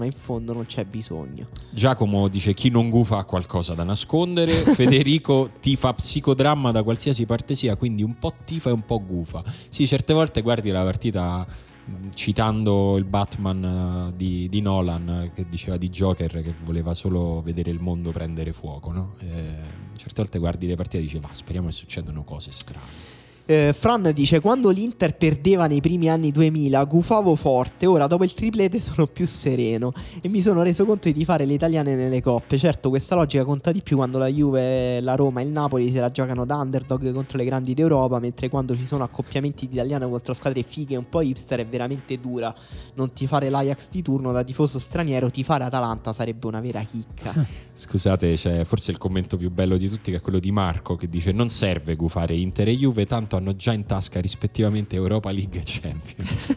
quando non c'è bisogno. Giacomo dice: chi non gufa ha qualcosa da nascondere. Federico tifa psicodramma da qualsiasi parte sia, quindi un po' tifa e un po' gufa. Sì, certe volte guardi la partita citando il Batman di Nolan, che diceva di Joker che voleva solo vedere il mondo prendere fuoco, no? Certe volte guardi le partite e dici: ma speriamo che succedano cose strane. Fran dice: quando l'Inter perdeva nei primi anni 2000 gufavo forte, ora dopo il triplete sono più sereno e mi sono reso conto di tifare le italiane nelle coppe. Certo, questa logica conta di più quando la Juve, la Roma e il Napoli se la giocano da underdog contro le grandi d'Europa, mentre quando ci sono accoppiamenti di italiano contro squadre fighe un po' hipster è veramente dura. Non tifare l'Ajax di turno da tifoso straniero, tifare Atalanta sarebbe una vera chicca. Scusate, c'è forse il commento più bello di tutti, che è quello di Marco, che dice: non serve gufare Inter e Juve, tanto hanno già in tasca rispettivamente Europa League e Champions.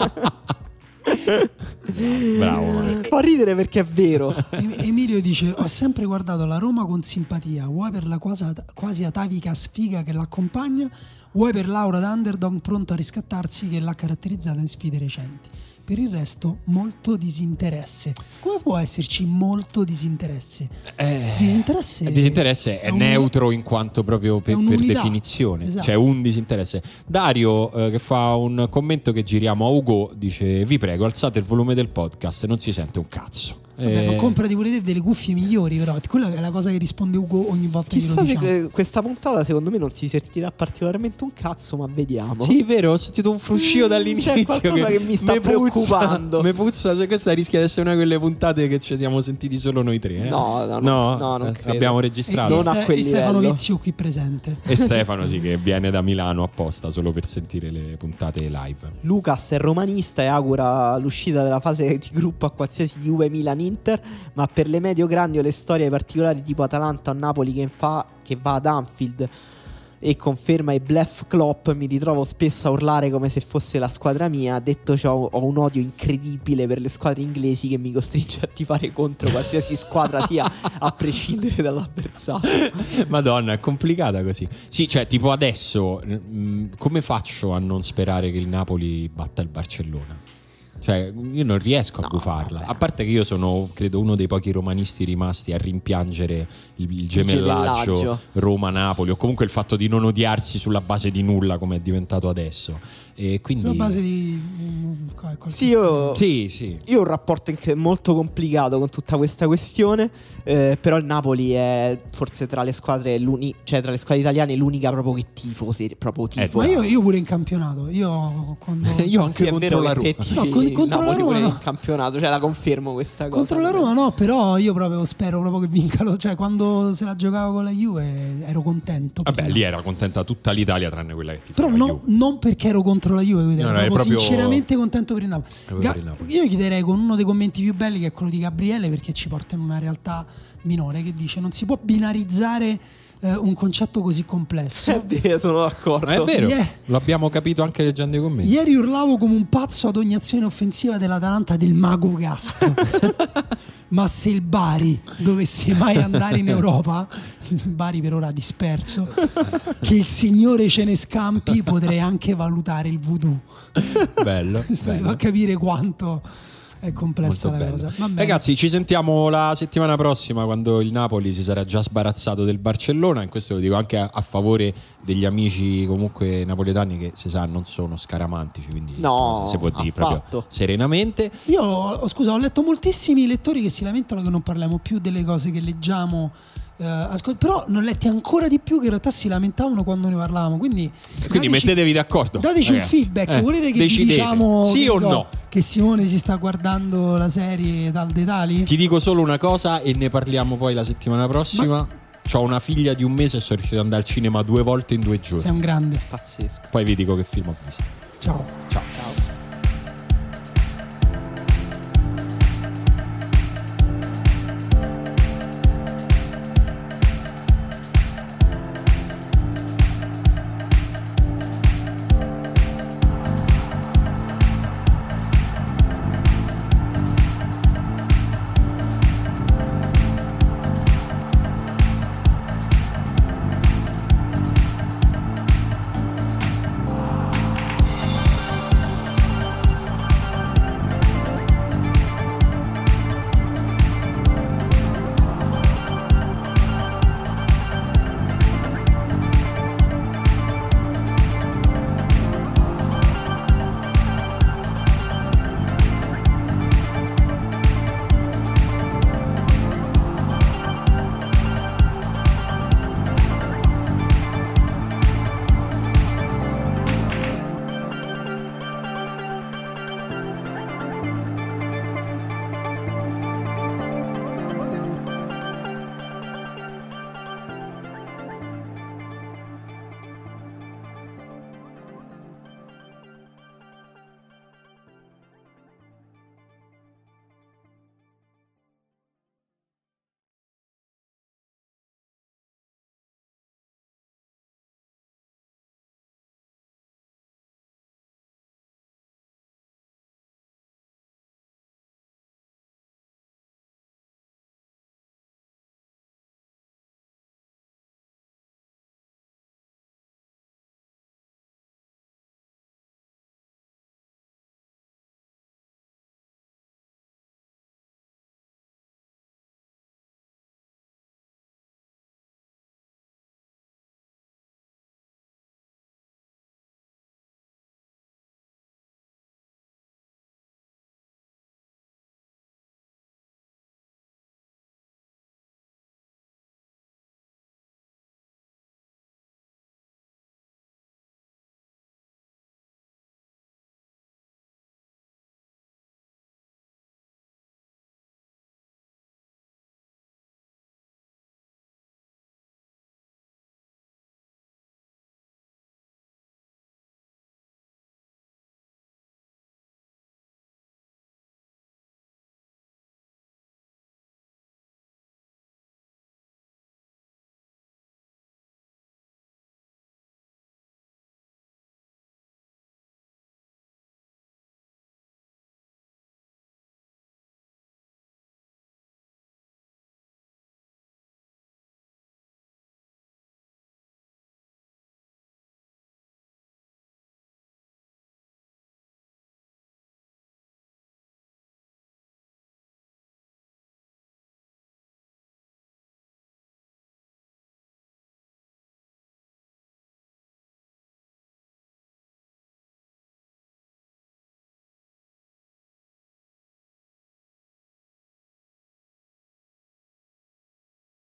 Bravo. Fa ridere perché è vero. Emilio dice: ho sempre guardato la Roma con simpatia, vuoi per la quasi atavica sfiga che l'accompagna, vuoi per l'aura da underdog pronto a riscattarsi che l'ha caratterizzata in sfide recenti. Per il resto molto disinteresse. Come può esserci molto disinteresse? Disinteresse è neutro in quanto proprio per definizione. Esatto. C'è un disinteresse. Dario che fa un commento che giriamo a Ugo, dice: vi prego alzate il volume del podcast, non si sente un cazzo. Vabbè, ma comprati pure te delle cuffie migliori, però quella è la cosa che risponde Ugo ogni volta. Chissà che lo diciamo. se questa puntata secondo me non si sentirà particolarmente un cazzo, ma vediamo. Sì, vero, ho sentito un fruscio dall'inizio. C'è qualcosa che mi sta preoccupando. Mi puzza, cioè questa rischia di essere una di quelle puntate che ci siamo sentiti solo noi tre. No, non credo. Abbiamo registrato. Non a quel e Stefano livello. Vizio qui presente. E Stefano sì, che viene da Milano apposta solo per sentire le puntate live. Lucas è romanista e augura l'uscita della fase di gruppo a qualsiasi Juve, Milan, Inter, ma per le medio grandi o le storie particolari tipo Atalanta o Napoli che va ad Anfield e conferma i bluff Klopp, mi ritrovo spesso a urlare come se fosse la squadra mia. Detto ciò, ho un odio incredibile per le squadre inglesi che mi costringe a tifare contro qualsiasi squadra sia, a prescindere dall'avversario. Madonna, è complicata così. Sì, cioè tipo adesso come faccio a non sperare che il Napoli batta il Barcellona? Cioè io non riesco a gufarla. A parte che io sono, credo, uno dei pochi romanisti rimasti a rimpiangere il gemellaggio Roma-Napoli, o comunque il fatto di non odiarsi sulla base di nulla come è diventato adesso. E quindi sulla base di sì, io ho un rapporto molto complicato con tutta questa questione, però il Napoli è forse tra le squadre tra le squadre italiane l'unica proprio che tifo, ma io pure in campionato, io anche contro la Roma. Contro la Roma in campionato, cioè la confermo questa cosa. Contro la Roma no, però io proprio spero proprio che vincano, cioè quando se la giocavo con la Juve ero contento. Vabbè, lì era contenta tutta l'Italia tranne quella che tifava la Juve. Non perché ero contro la Juve, quindi ero proprio sinceramente contento per il Napoli. Io chiuderei con uno dei commenti più belli, che è quello di Gabriele, perché ci porta in una realtà minore, che dice: non si può binarizzare un concetto così complesso. È vero, sono d'accordo. È vero, lo abbiamo capito anche leggendo i commenti. Ieri urlavo come un pazzo ad ogni azione offensiva dell'Atalanta del mago Gasp. Ma se il Bari dovesse mai andare in Europa, il Bari per ora disperso, che il Signore ce ne scampi, potrei anche valutare il voodoo. Bello. Fa capire quanto è complessa la cosa. Ragazzi, ci sentiamo la settimana prossima, quando il Napoli si sarà già sbarazzato del Barcellona. In questo lo dico anche a favore degli amici comunque napoletani, che si sa non sono scaramantici, quindi si può dire proprio serenamente. Io ho letto moltissimi lettori che si lamentano che non parliamo più delle cose che leggiamo, però non letti ancora di più che in realtà si lamentavano quando ne parlavamo, quindi mettetevi d'accordo, dateci un feedback. Volete che vi diciamo sì o no che Simone si sta guardando la serie dal Detali? Ti dico solo una cosa e ne parliamo poi la settimana prossima. C'ho una figlia di 1 mese e sono riuscito ad andare al cinema 2 volte in 2 giorni. Sei un grande. Pazzesco. Poi vi dico che film ho visto. Ciao.